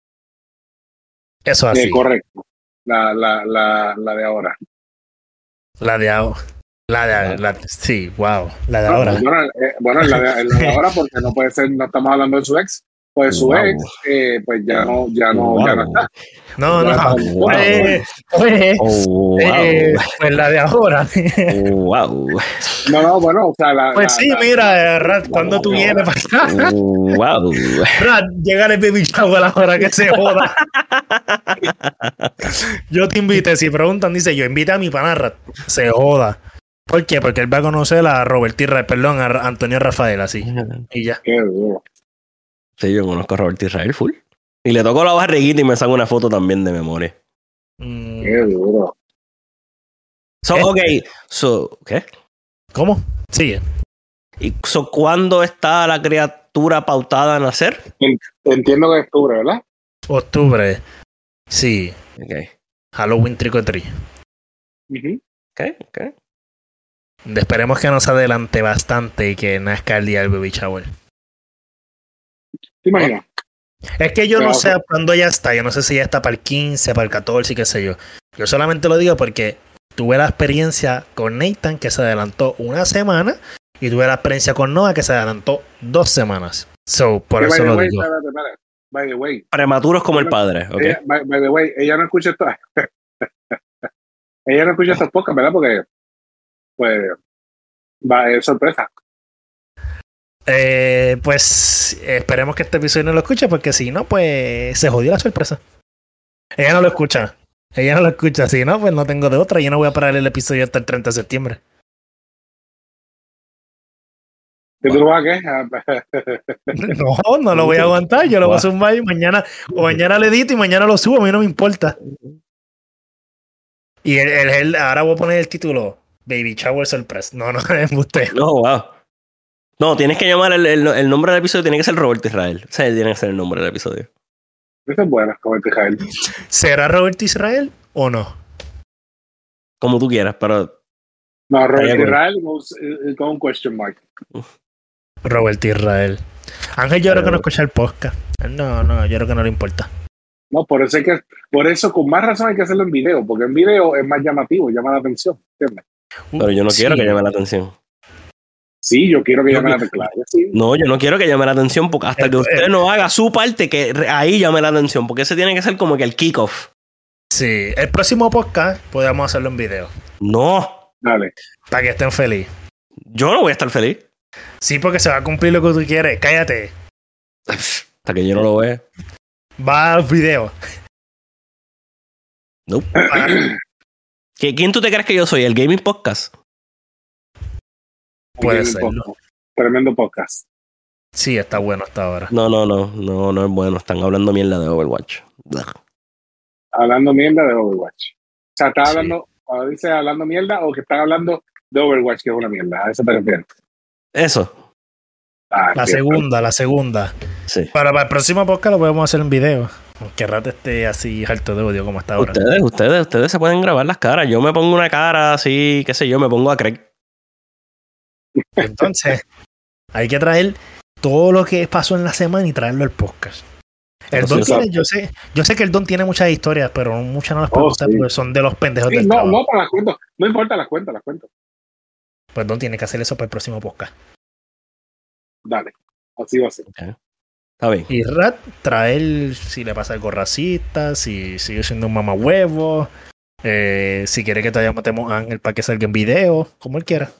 Eso Eh, así. correcto. La, la, la, la de ahora. La de ahora. La de la, sí, wow. La de No, ahora. Bueno, eh, bueno en la de, en la de ahora, porque no puede ser, no estamos hablando de su ex. Pues su Wow. ex, eh, pues ya no, ya no, ya no está. No, Ya no. está- Wow. Eh, pues, Oh, eh, wow. pues la de ahora. Wow. No, no, bueno, o sea, la. Pues la- sí, la- mira, eh, Rat, la- cuando la tú de vienes ahora. para acá, Wow. Rat, llega el baby shower a la hora que se joda. Yo te invité, si preguntan, dice, yo invité a mi pana Rat, se joda. ¿Por qué? Porque él va a conocer a Robert Israel, perdón, a Antonio Rafael, así. Y ya. Qué duro. Sí, yo conozco a Robert Israel full. Y le toco la barriguita y me saco una foto también de memoria. Mm, Qué duro. So, Este. ok. So, ¿qué? ¿Cómo? Sigue. ¿Y so, cuándo está la criatura pautada a nacer? Entiendo que es octubre, ¿verdad? Octubre. Sí. Ok. Halloween Trick or Treat. Ujú. Ok, ok. Esperemos que nos adelante bastante y que nazca el día del baby shower. ¿Te imaginas? Es que yo Pero, no sé cuándo ya está. Yo no sé si ya está para el quince, para el catorce y qué sé yo. Yo solamente lo digo porque tuve la experiencia con Nathan que se adelantó una semana y tuve la experiencia con Noah que se adelantó dos semanas. So, por que, eso by the lo way, digo. espérate, espérate. By the way, Prematuros como el padre, ok. ella, by, by the way, ella no escucha esto. Ella no escucha estos podcasts, ¿verdad? Porque, pues, va, es sorpresa. Eh, pues esperemos que este episodio no lo escuche porque si no, pues se jodió la sorpresa. Ella no lo escucha. Ella no lo escucha. Si no, pues no tengo de otra. Yo no voy a parar el episodio hasta el treinta de septiembre. ¿Qué tú lo vas a qué? No, no lo voy a aguantar. Yo lo voy a zumbar y mañana, o mañana lo edito y mañana lo subo. A mí no me importa. Y el, el, el- ahora voy a poner el título Baby Shower Surprise. No, no, es usted. No, wow. No, tienes que llamar el, el, el nombre del episodio, tiene que ser Roberto Israel. O sea, tiene que ser el nombre del episodio. Esa es buena, Roberto Israel. ¿Será Roberto Israel o no? Como tú quieras, pero. No, Roberto Israel con, con un question mark. Roberto Israel. Ángel, yo creo que no escucha el podcast. No, no, yo creo que no le importa. No, por eso hay que, por eso con más razón hay que hacerlo en video, porque en video es más llamativo, llama la atención, ¿entiendes? Pero yo no Sí. quiero que llame la atención. Sí, yo quiero que Yo llame la quiero- atención. Claro, sí. No, yo no quiero que llame la atención porque hasta El- que usted el- no haga su parte, que re- ahí llame la atención, porque ese tiene que ser como que el kickoff. Sí, el próximo podcast podemos hacerlo en video. No, Dale. Para que estén felices. yo no voy a estar feliz Sí, porque se va a cumplir lo que tú quieres. Cállate. hasta que yo no lo vea. Va al video. Nope. Ah, ¿Qui- ¿Quién tú te crees que yo soy? ¿El Gaming Podcast? Puede Aquí hay un serlo. podcast. Tremendo podcast. sí, está bueno hasta ahora. No, no, no, no, no es bueno. Están hablando mierda de Overwatch. Ugh. Hablando mierda de Overwatch. O sea, está Sí. hablando, cuando dice hablando mierda o que están hablando de Overwatch, que es una mierda. A eso te refieres. Eso, Ah, La sí, segunda, la segunda. sí. Para, para el próximo podcast lo podemos hacer en video. Aunque rato esté así harto de odio como está ahora. Ustedes, ustedes, ustedes se pueden grabar las caras. Yo me pongo una cara así, qué sé yo, me pongo a Craig. Entonces, hay que traer todo lo que pasó en la semana y traerlo al podcast. El Pero Don sí, tiene, exacto. yo sé, yo sé que el Don tiene muchas historias, pero muchas no las Oh, puedo contar sí. porque son de los pendejos Sí, del no, trabajo. no, para las cuento. No importa, las cuento, las cuento. Pues Don tiene que hacer eso para el próximo podcast. Dale. Así va a ser. Está bien. Y Rat traer si le pasa algo racista, si sigue siendo un mamahuevo, eh, si quiere que todavía matemos a Ángel para que salga en video, como él quiera.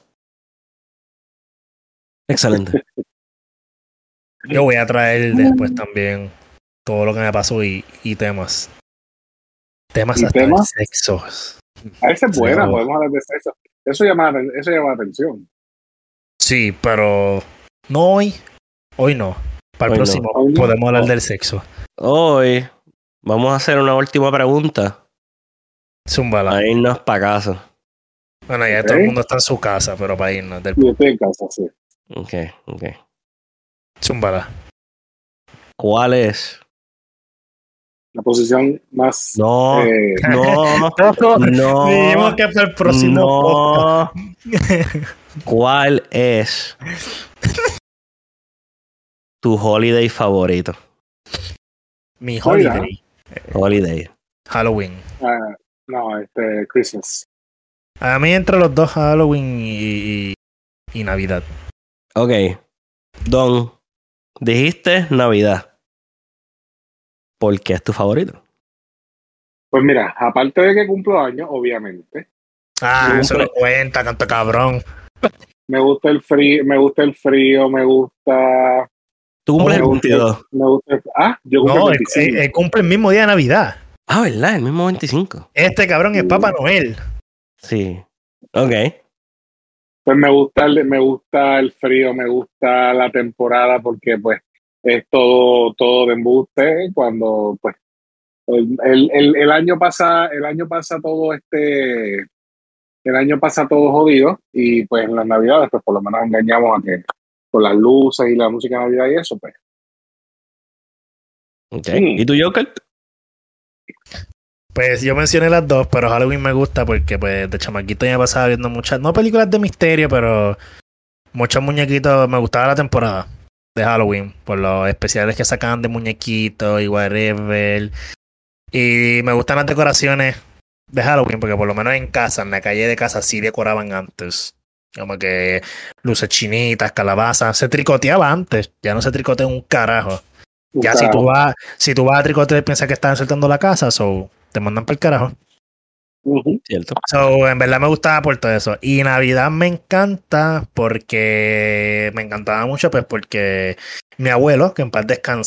Excelente. Yo voy a traer después también todo lo que me pasó y, y temas. Temas ¿Y hasta temas? de sexo. A esa es buena, Sí. podemos hablar de eso. Eso llama, eso llama la atención. Sí, pero no hoy. Hoy no. Para el Hoy no. próximo Hoy no. podemos hablar Oh. del sexo. Hoy vamos a hacer una última pregunta Zúmbala. para irnos para casa. Bueno, ya Ok. todo el mundo está en su casa, pero para irnos del Yo estoy en casa, sí. Ok, ok. Zúmbala. ¿Cuál es? La posición más. No, eh, no, no. Dijimos que para el próximo no. podcast. ¿Cuál es tu holiday favorito? Mi Oiga. holiday. Holiday. Halloween. ah, no, este, Christmas. A mí entre los dos Halloween y, y, y Navidad. Ok. Don, dijiste Navidad. ¿Por qué es tu favorito? Pues mira, aparte de que cumplo años, obviamente, Ah, Me eso gusta- lo cuenta, canto cabrón. me gusta el frío, me gusta el frío, me gusta. Tú cumples me el gusta- veintidós. Me gusta el- ah, yo cumplo No, el él, veinticinco. él- él cumple el mismo día de Navidad. Ah, ¿verdad? El mismo veinticinco. Este cabrón es Papá Noel. Sí. Ok. Pues me gusta, el, me gusta el frío, me gusta la temporada porque pues es todo, todo de embuste cuando pues el, el, el, el año pasa, el año pasa todo este, el año pasa todo jodido y pues en las navidades pues por lo menos engañamos a que con las luces y la música de Navidad y eso pues. Ok. Mm. ¿Y tú, Joker? Pues yo mencioné las dos, pero Halloween me gusta porque pues de chamaquito ya me pasaba viendo muchas, no películas de misterio, pero muchos muñequitos, me gustaba la temporada de Halloween, por los especiales que sacaban de muñequitos y whatever. Y me gustan las decoraciones de Halloween, porque por lo menos en casa, en la calle de casa sí decoraban antes. Como que luces chinitas, calabazas, se tricoteaba antes, ya no se tricotea un carajo. Ya si tú vas, si tú vas a tricotear piensas que están soltando la casa, so te mandan para el carajo. Uh-huh. Cierto. So, en verdad me gustaba por todo eso. Y Navidad me encanta porque me encantaba mucho, pues porque mi abuelo, que en paz descanse,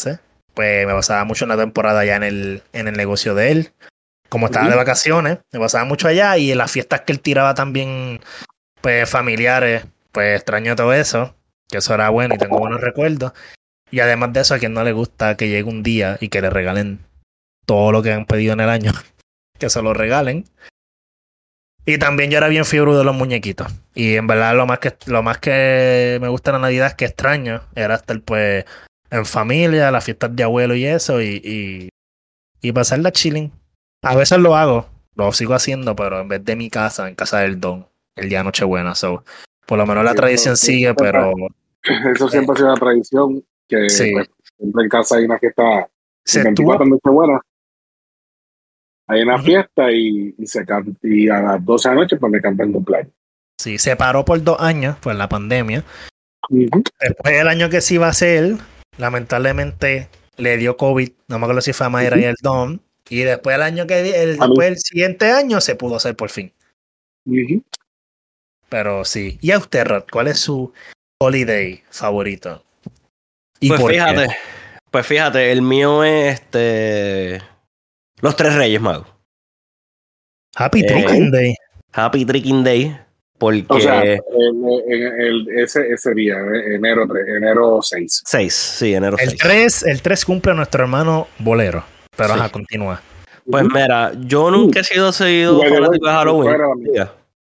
pues me pasaba mucho una temporada allá en el, en el negocio de él. Como estaba uh-huh. de vacaciones, me pasaba mucho allá y en las fiestas que él tiraba también, pues familiares, pues extraño todo eso, que eso era bueno y tengo buenos recuerdos. Y además de eso, a quien no le gusta que llegue un día y que le regalen todo lo que han pedido en el año, que se lo regalen. Y también yo era bien fiebre de los muñequitos. Y en verdad lo más que lo más que me gusta de la Navidad es que extraño era estar pues en familia, las fiestas de abuelo y eso, y, y, y pasarla chilling. A veces lo hago, lo sigo haciendo, pero en vez de mi casa, en casa del Don, el día de Nochebuena. So, por lo menos la tradición eso, sigue, eso, pero... Eso siempre eh, ha sido una tradición, que sí. pues, siempre en casa hay una fiesta, se el veinticuatro de Nochebuena, hay una uh-huh. fiesta y, y, se, y a las doce de la noche pues me cantan el cumpleaños. Sí, se paró por dos años, por la pandemia. Uh-huh. Después del año que sí iba a ser, lamentablemente le dio COVID, no me acuerdo si fue a Mayra uh-huh. y el Don. Y después del año que el, después el siguiente año se pudo hacer por fin. Uh-huh. Pero sí. ¿Y a usted, Rod? ¿Cuál es su holiday favorito? ¿Y pues por fíjate, qué? Pues fíjate, el mío es este Los Tres Reyes Magos. Happy eh, Tricking Day. Happy Tricking Day. Porque... O sea, el, el, el, ese, ese día, enero, enero seis. seis, sí, enero el seis. tres, el tres cumple nuestro hermano Bolero. Pero sí. Ajá, continúa. Pues mira, yo nunca he sido seguido uh, fanático de Halloween.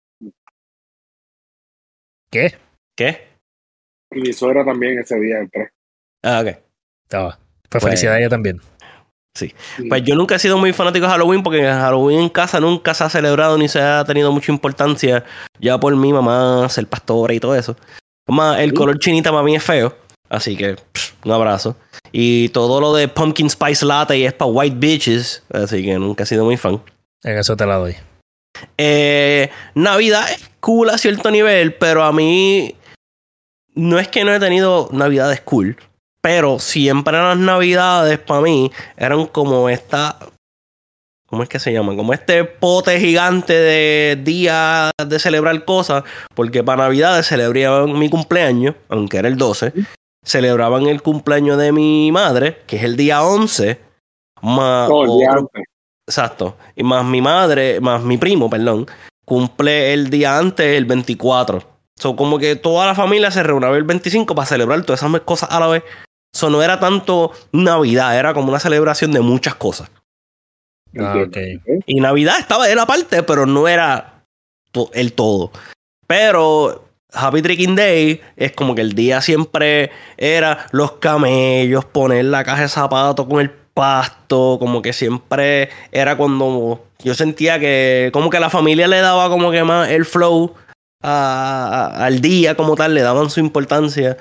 ¿Qué? ¿Qué? Y mi suegra también ese día, el tres. Ah, ok. Oh, pues felicidad a ella también. Sí. Pues yo nunca he sido muy fanático de Halloween porque Halloween en casa nunca se ha celebrado ni se ha tenido mucha importancia ya por mi mamá ser pastora y todo eso. Más el color chinita para mí es feo, así que pff, un abrazo. Y todo lo de Pumpkin Spice Latte es para white bitches, así que nunca he sido muy fan. En eso te la doy. Eh, Navidad es cool a cierto nivel, pero a mí no es que no he tenido Navidades cool. Pero siempre las navidades para mí eran como esta... ¿Cómo es que se llama? Como este pote gigante de día de celebrar cosas. Porque para navidades celebraban mi cumpleaños, aunque era el doce. Celebraban el cumpleaños de mi madre, que es el día once. Más oh, el día otro, antes. Exacto. Y más mi madre, más mi primo, perdón, cumple el día antes, el veinticuatro. So, como que toda la familia se reunía el veinticinco para celebrar todas esas cosas a la vez. Eso no era tanto Navidad, era como una celebración de muchas cosas. Ah, okay. Y Navidad estaba de la parte, pero no era to- el todo. Pero Happy Tricking Day es como que el día siempre era los camellos, poner la caja de zapatos con el pasto, como que siempre era cuando yo sentía que como que la familia le daba como que más el flow a, a, al día como tal, le daban su importancia.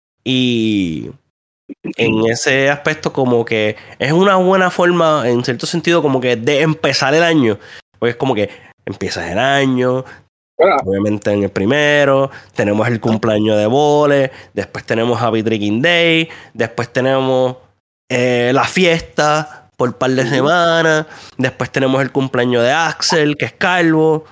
Y en ese aspecto como que es una buena forma, en cierto sentido, como que de empezar el año. Pues es como que empiezas el año, ah. obviamente en el primero, tenemos el cumpleaños de Bole, después tenemos Happy Tricking Day, después tenemos eh, la fiesta por un par de semanas, después tenemos el cumpleaños de Axel, que es calvo.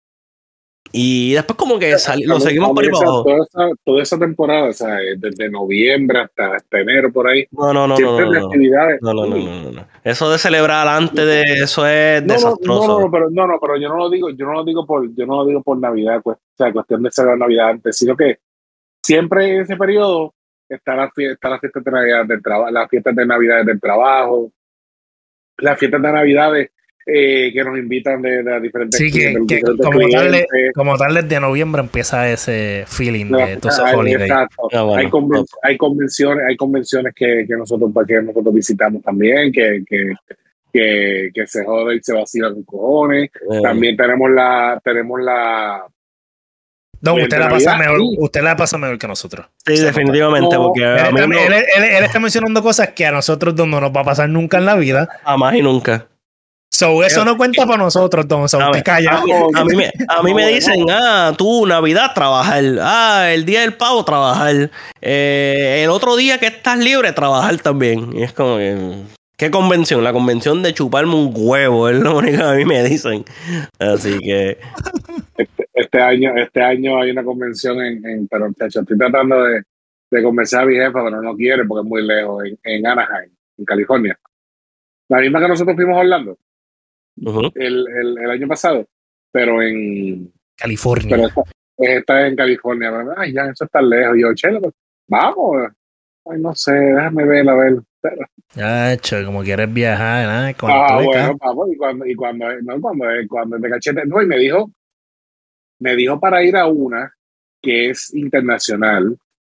Y después como que sal- lo seguimos por ahí para abajo. Toda esa, toda esa temporada, o sea, desde noviembre hasta, hasta enero por ahí. No, no, no, no, no, no. actividades. No, no, no, no, no, no. Eso de celebrar antes de eso es no, desastroso. No, no, no, pero no, no, pero yo no lo digo, yo no lo digo por, yo no lo digo por Navidad, pues, o sea, cuestión de celebrar Navidad antes, sino que siempre en ese periodo está la fiesta, está la fiesta de Navidad del trabajo, las fiestas de Navidad del trabajo, las fiestas de Navidades. Eh, que nos invitan de, de diferentes sí, que, que como, tal, como tal desde noviembre empieza ese feeling de entonces holiday. Exacto. Ah, bueno. hay, conven- hay convenciones hay convenciones que, que nosotros que nosotros visitamos también que, que, que, que se jode y se vacila con cojones. Eh. También tenemos la tenemos la no, usted la pasa mejor, usted la pasa mejor que nosotros. Sí, o sea, definitivamente, no, porque él, a mí está, no... él, él, él está mencionando cosas que a nosotros no nos va a pasar nunca en la vida. Jamás y nunca. So, eso no cuenta para nosotros, Don. So, a, te callas. A, a mí, me, a mí me dicen, ah, tú, Navidad, trabajar. Ah, el día del pavo, trabajar. Eh, el otro día que estás libre, trabajar también. Y es como que... ¿Qué convención? La convención de chuparme un huevo, es lo único que a mí me dicen. Así que... Este, este año este año hay una convención en... en pero, estoy tratando de, de convencer a mi jefa, pero no quiere porque es muy lejos, en, en Anaheim. en California. La misma que nosotros fuimos a Orlando Uh-huh. el, el, el año pasado, pero en California. Pero esta, esta en California. Pero, ay, ya, eso está lejos. Y yo, chelo, pues, vamos. Ay, no sé, déjame ver, a ver. Pero, Ya, hecho, como quieres viajar, ¿no? Con ah, tu bueno, vamos. Y cuando, y cuando, no, cuando, cuando te cachete, no, y me dijo, me dijo para ir a una que es internacional,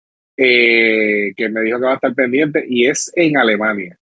eh, que me dijo que va a estar pendiente, y es en Alemania.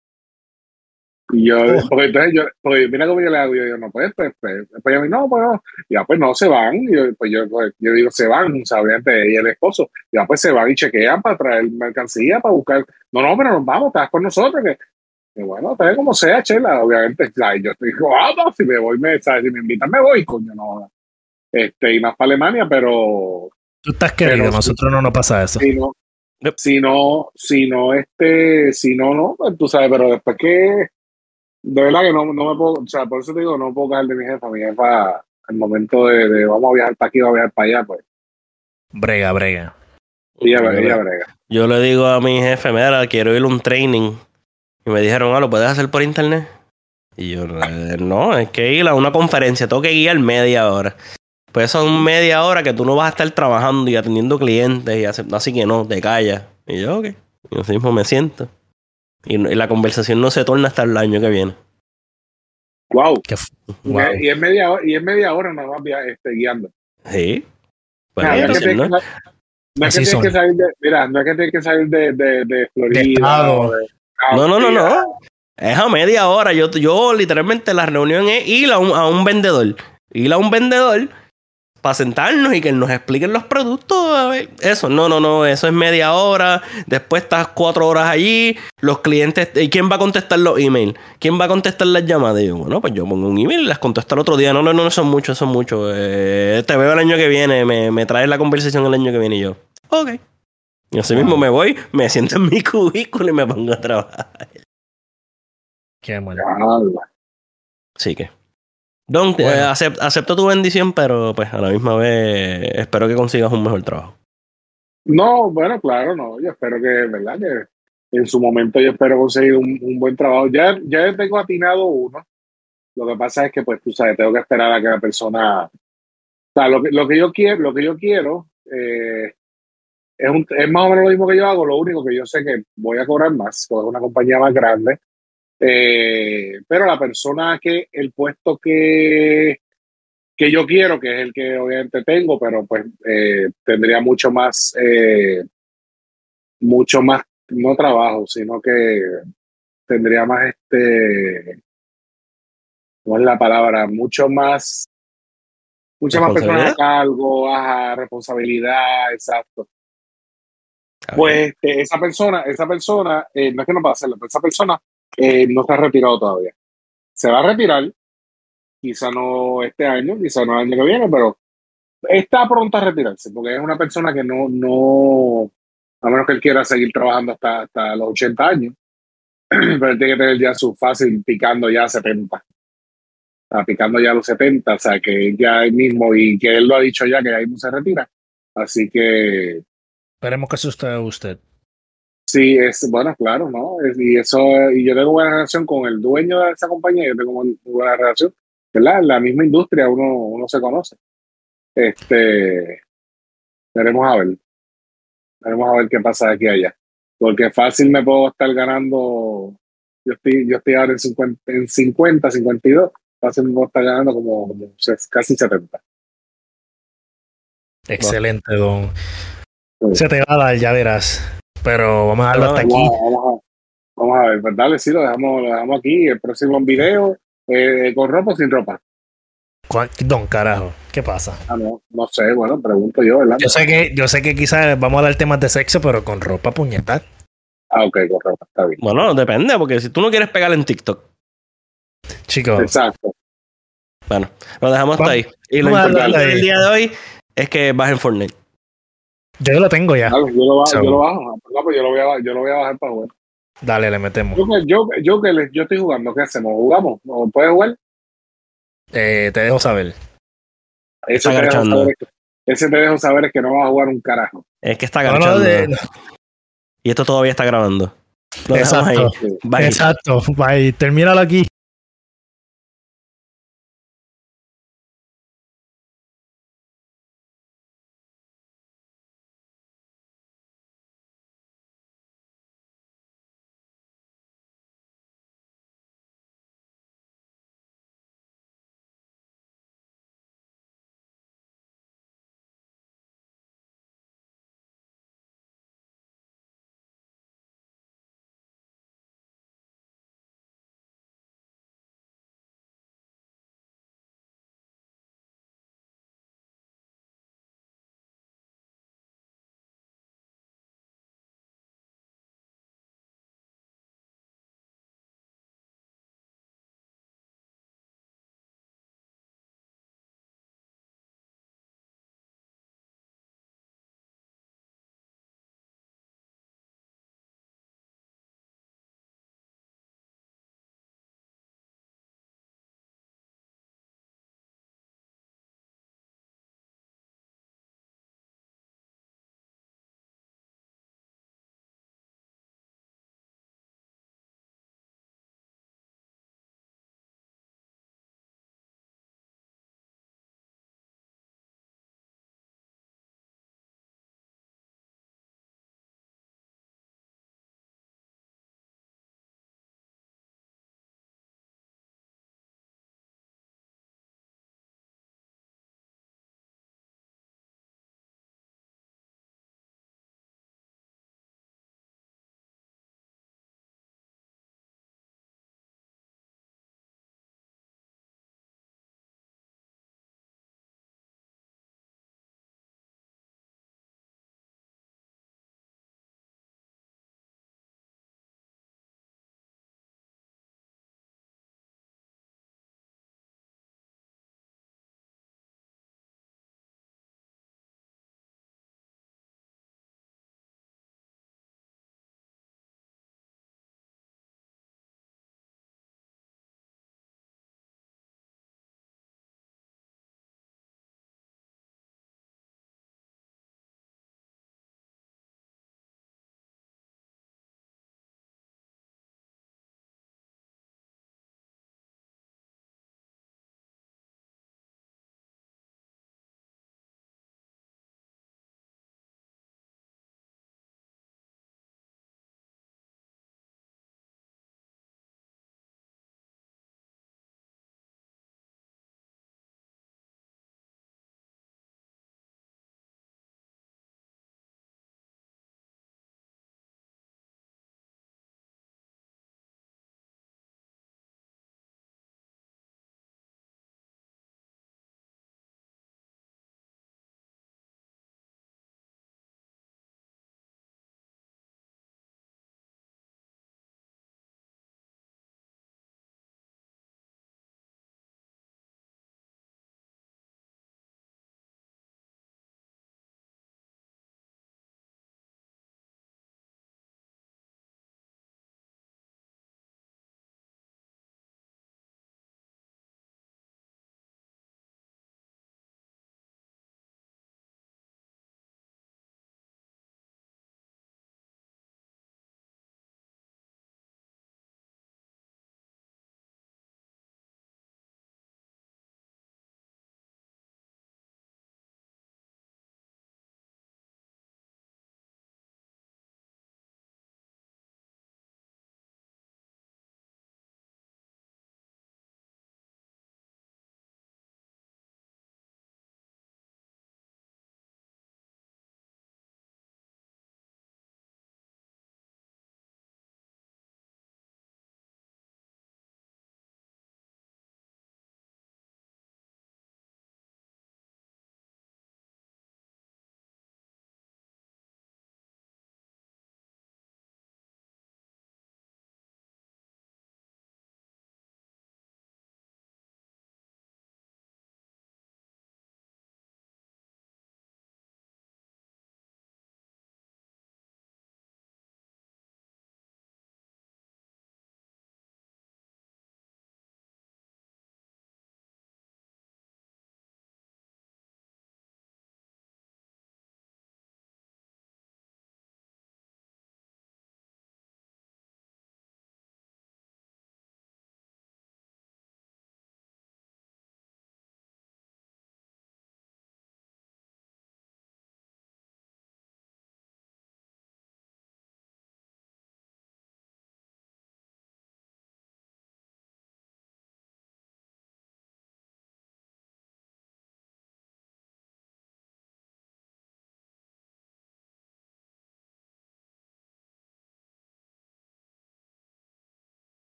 Y yo, Oh. porque entonces yo, porque mira cómo yo le hago, yo digo, no, pues, pues, pues, pues yo, no, pues no, y ya, pues no, se van, y yo, pues yo, pues, yo digo, se van, o sea, obviamente, y el esposo, y ya, pues se van y chequean para traer mercancía, para buscar, no, no, pero nos vamos, estás con nosotros, que, que bueno, tal como sea, chela, obviamente, ¿sabes? Yo estoy, vamos, si me voy, me, ¿sabes? Si me invitan, me voy, coño, no, este, y más para Alemania, pero, Tú estás querido, pero nosotros si, no nos pasa eso. si no, Yep. si no, si no, este, si no, no, pues tú sabes, pero después que de verdad que no, no me puedo, o sea, por eso te digo, no puedo caer de mi jefa. Mi jefa, al momento de, de vamos a viajar para aquí, vamos a viajar para allá, pues Brega, brega. ella, Yo ella le, brega. yo le digo a mi jefe, mira, quiero ir a un training. Y me dijeron, ah, ¿lo puedes hacer por internet? Y yo, eh, no, es que ir a una conferencia, tengo que guiar media hora. Pues son media hora que tú no vas a estar trabajando y atendiendo clientes, y hace, así que no, te callas. Y yo, ok. Y así mismo me siento. Y, y la conversación no se torna hasta el año que viene. Wow. Qué f- Y, wow. es- y es media hora, y es media hora nada más via- este, guiando. Sí. Pues Nada, no es eso, que tienes ¿no? que, sa- no es que Así tienes son. que salir de, mira, no es que tienes que salir de, de, de De Florida estado. o de No, no, no, County, ah, no. Es a media hora. Yo, yo literalmente la reunión es ir a un, a un vendedor. Ir a un vendedor para sentarnos y que nos expliquen los productos. A ver, eso, no, no, no. Eso es media hora. Después estás cuatro horas allí. Los clientes. ¿Y quién va a contestar los emails? ¿Quién va a contestar las llamadas? Y yo, bueno, pues yo pongo un email y las contesto el otro día. No, no, no, son muchos, son muchos. Eh, te veo el año que viene. Me, me traes la conversación el año que viene. Y yo, ok. Y así Wow. mismo me voy, me siento en mi cubículo y me pongo a trabajar. Qué mal. ah, Así que. Don, Bueno. eh, acept- acepto tu bendición, pero pues a la misma vez espero que consigas un mejor trabajo. no, bueno, claro, no. Yo espero que, verdad, que en su momento yo espero conseguir un, un buen trabajo. Ya, ya tengo atinado uno. Lo que pasa es que, pues, tú sabes, tengo que esperar a que la persona. O sea, lo que, lo que yo quiero, lo que yo quiero eh, es, un, es más o menos lo mismo que yo hago. Lo único que yo sé que voy a cobrar más, porque es una compañía más grande. Eh, pero la persona que, el puesto que, que yo quiero, que es el que obviamente tengo, pero pues eh, tendría mucho más, eh, mucho más, no trabajo, sino que tendría más este, ¿cómo es la palabra? Mucho más, muchas más personas a ¿Responsabilidad? cargo, ajá, responsabilidad, exacto. Está bien. Pues este, esa persona, esa persona, eh, no es que no pueda hacerlo, pero esa persona eh, no se ha retirado todavía. Se va a retirar, quizá no este año, quizá no el año que viene, pero está pronta a retirarse, porque es una persona que no, no, a menos que él quiera seguir trabajando hasta, hasta los ochenta años, pero él tiene que tener ya su fácil picando ya setenta. Está picando ya los setenta, o sea que ya él mismo, y que él lo ha dicho ya, que ahí mismo se retira. Así que Esperemos que eso usted usted. sí, es bueno, claro, ¿no? Es- y eso, y yo tengo buena relación con el dueño de esa compañía, yo tengo muy buena relación, ¿verdad? En la misma industria uno, uno se conoce. Este, veremos a ver, veremos a ver qué pasa de aquí a allá. Porque fácil me puedo estar ganando, yo estoy, yo estoy ahora en cincuenta, en cincuenta, cincuenta y dos, fácil me puedo estar ganando como, como se- casi setenta. Excelente, don. Sí. Se te va a dar, ya verás. Pero vamos a darlo hasta Vamos aquí. a, vamos a, vamos a ver, pues dale, sí, lo dejamos, lo dejamos aquí. El próximo video, eh, ¿con ropa o sin ropa? ¿Cuál- Don, carajo, ¿qué pasa? Ah, no, no sé, bueno, pregunto yo, ¿verdad? Yo sé que, yo sé que quizás vamos a dar temas de sexo, pero con ropa puñetal. Ah, ok, con ropa, está bien. Bueno, depende, porque si tú no quieres pegar en TikTok, Chicos, Exacto. bueno, lo dejamos hasta Vamos- ahí. Y lo vamos a importante darle ahí. del día de hoy es que bajen Fortnite. yo lo tengo ya. Dale, yo lo, bajo, So, yo lo bajo. No, pues yo lo voy a, yo lo voy a bajar para jugar. Dale, le metemos. Yo, que- yo, yo que le- yo estoy jugando, ¿qué hacemos? ¿Jugamos? ¿O puedes jugar? Eh, te dejo saber. Ese te, dejo garchando. saber, es que- ese te dejo saber es que no vas a jugar un carajo. Es que está No, no, garchando. de- no. Y esto todavía está grabando. Lo dejamos Exacto. ahí. Bye. Exacto. Bye. Termínalo aquí.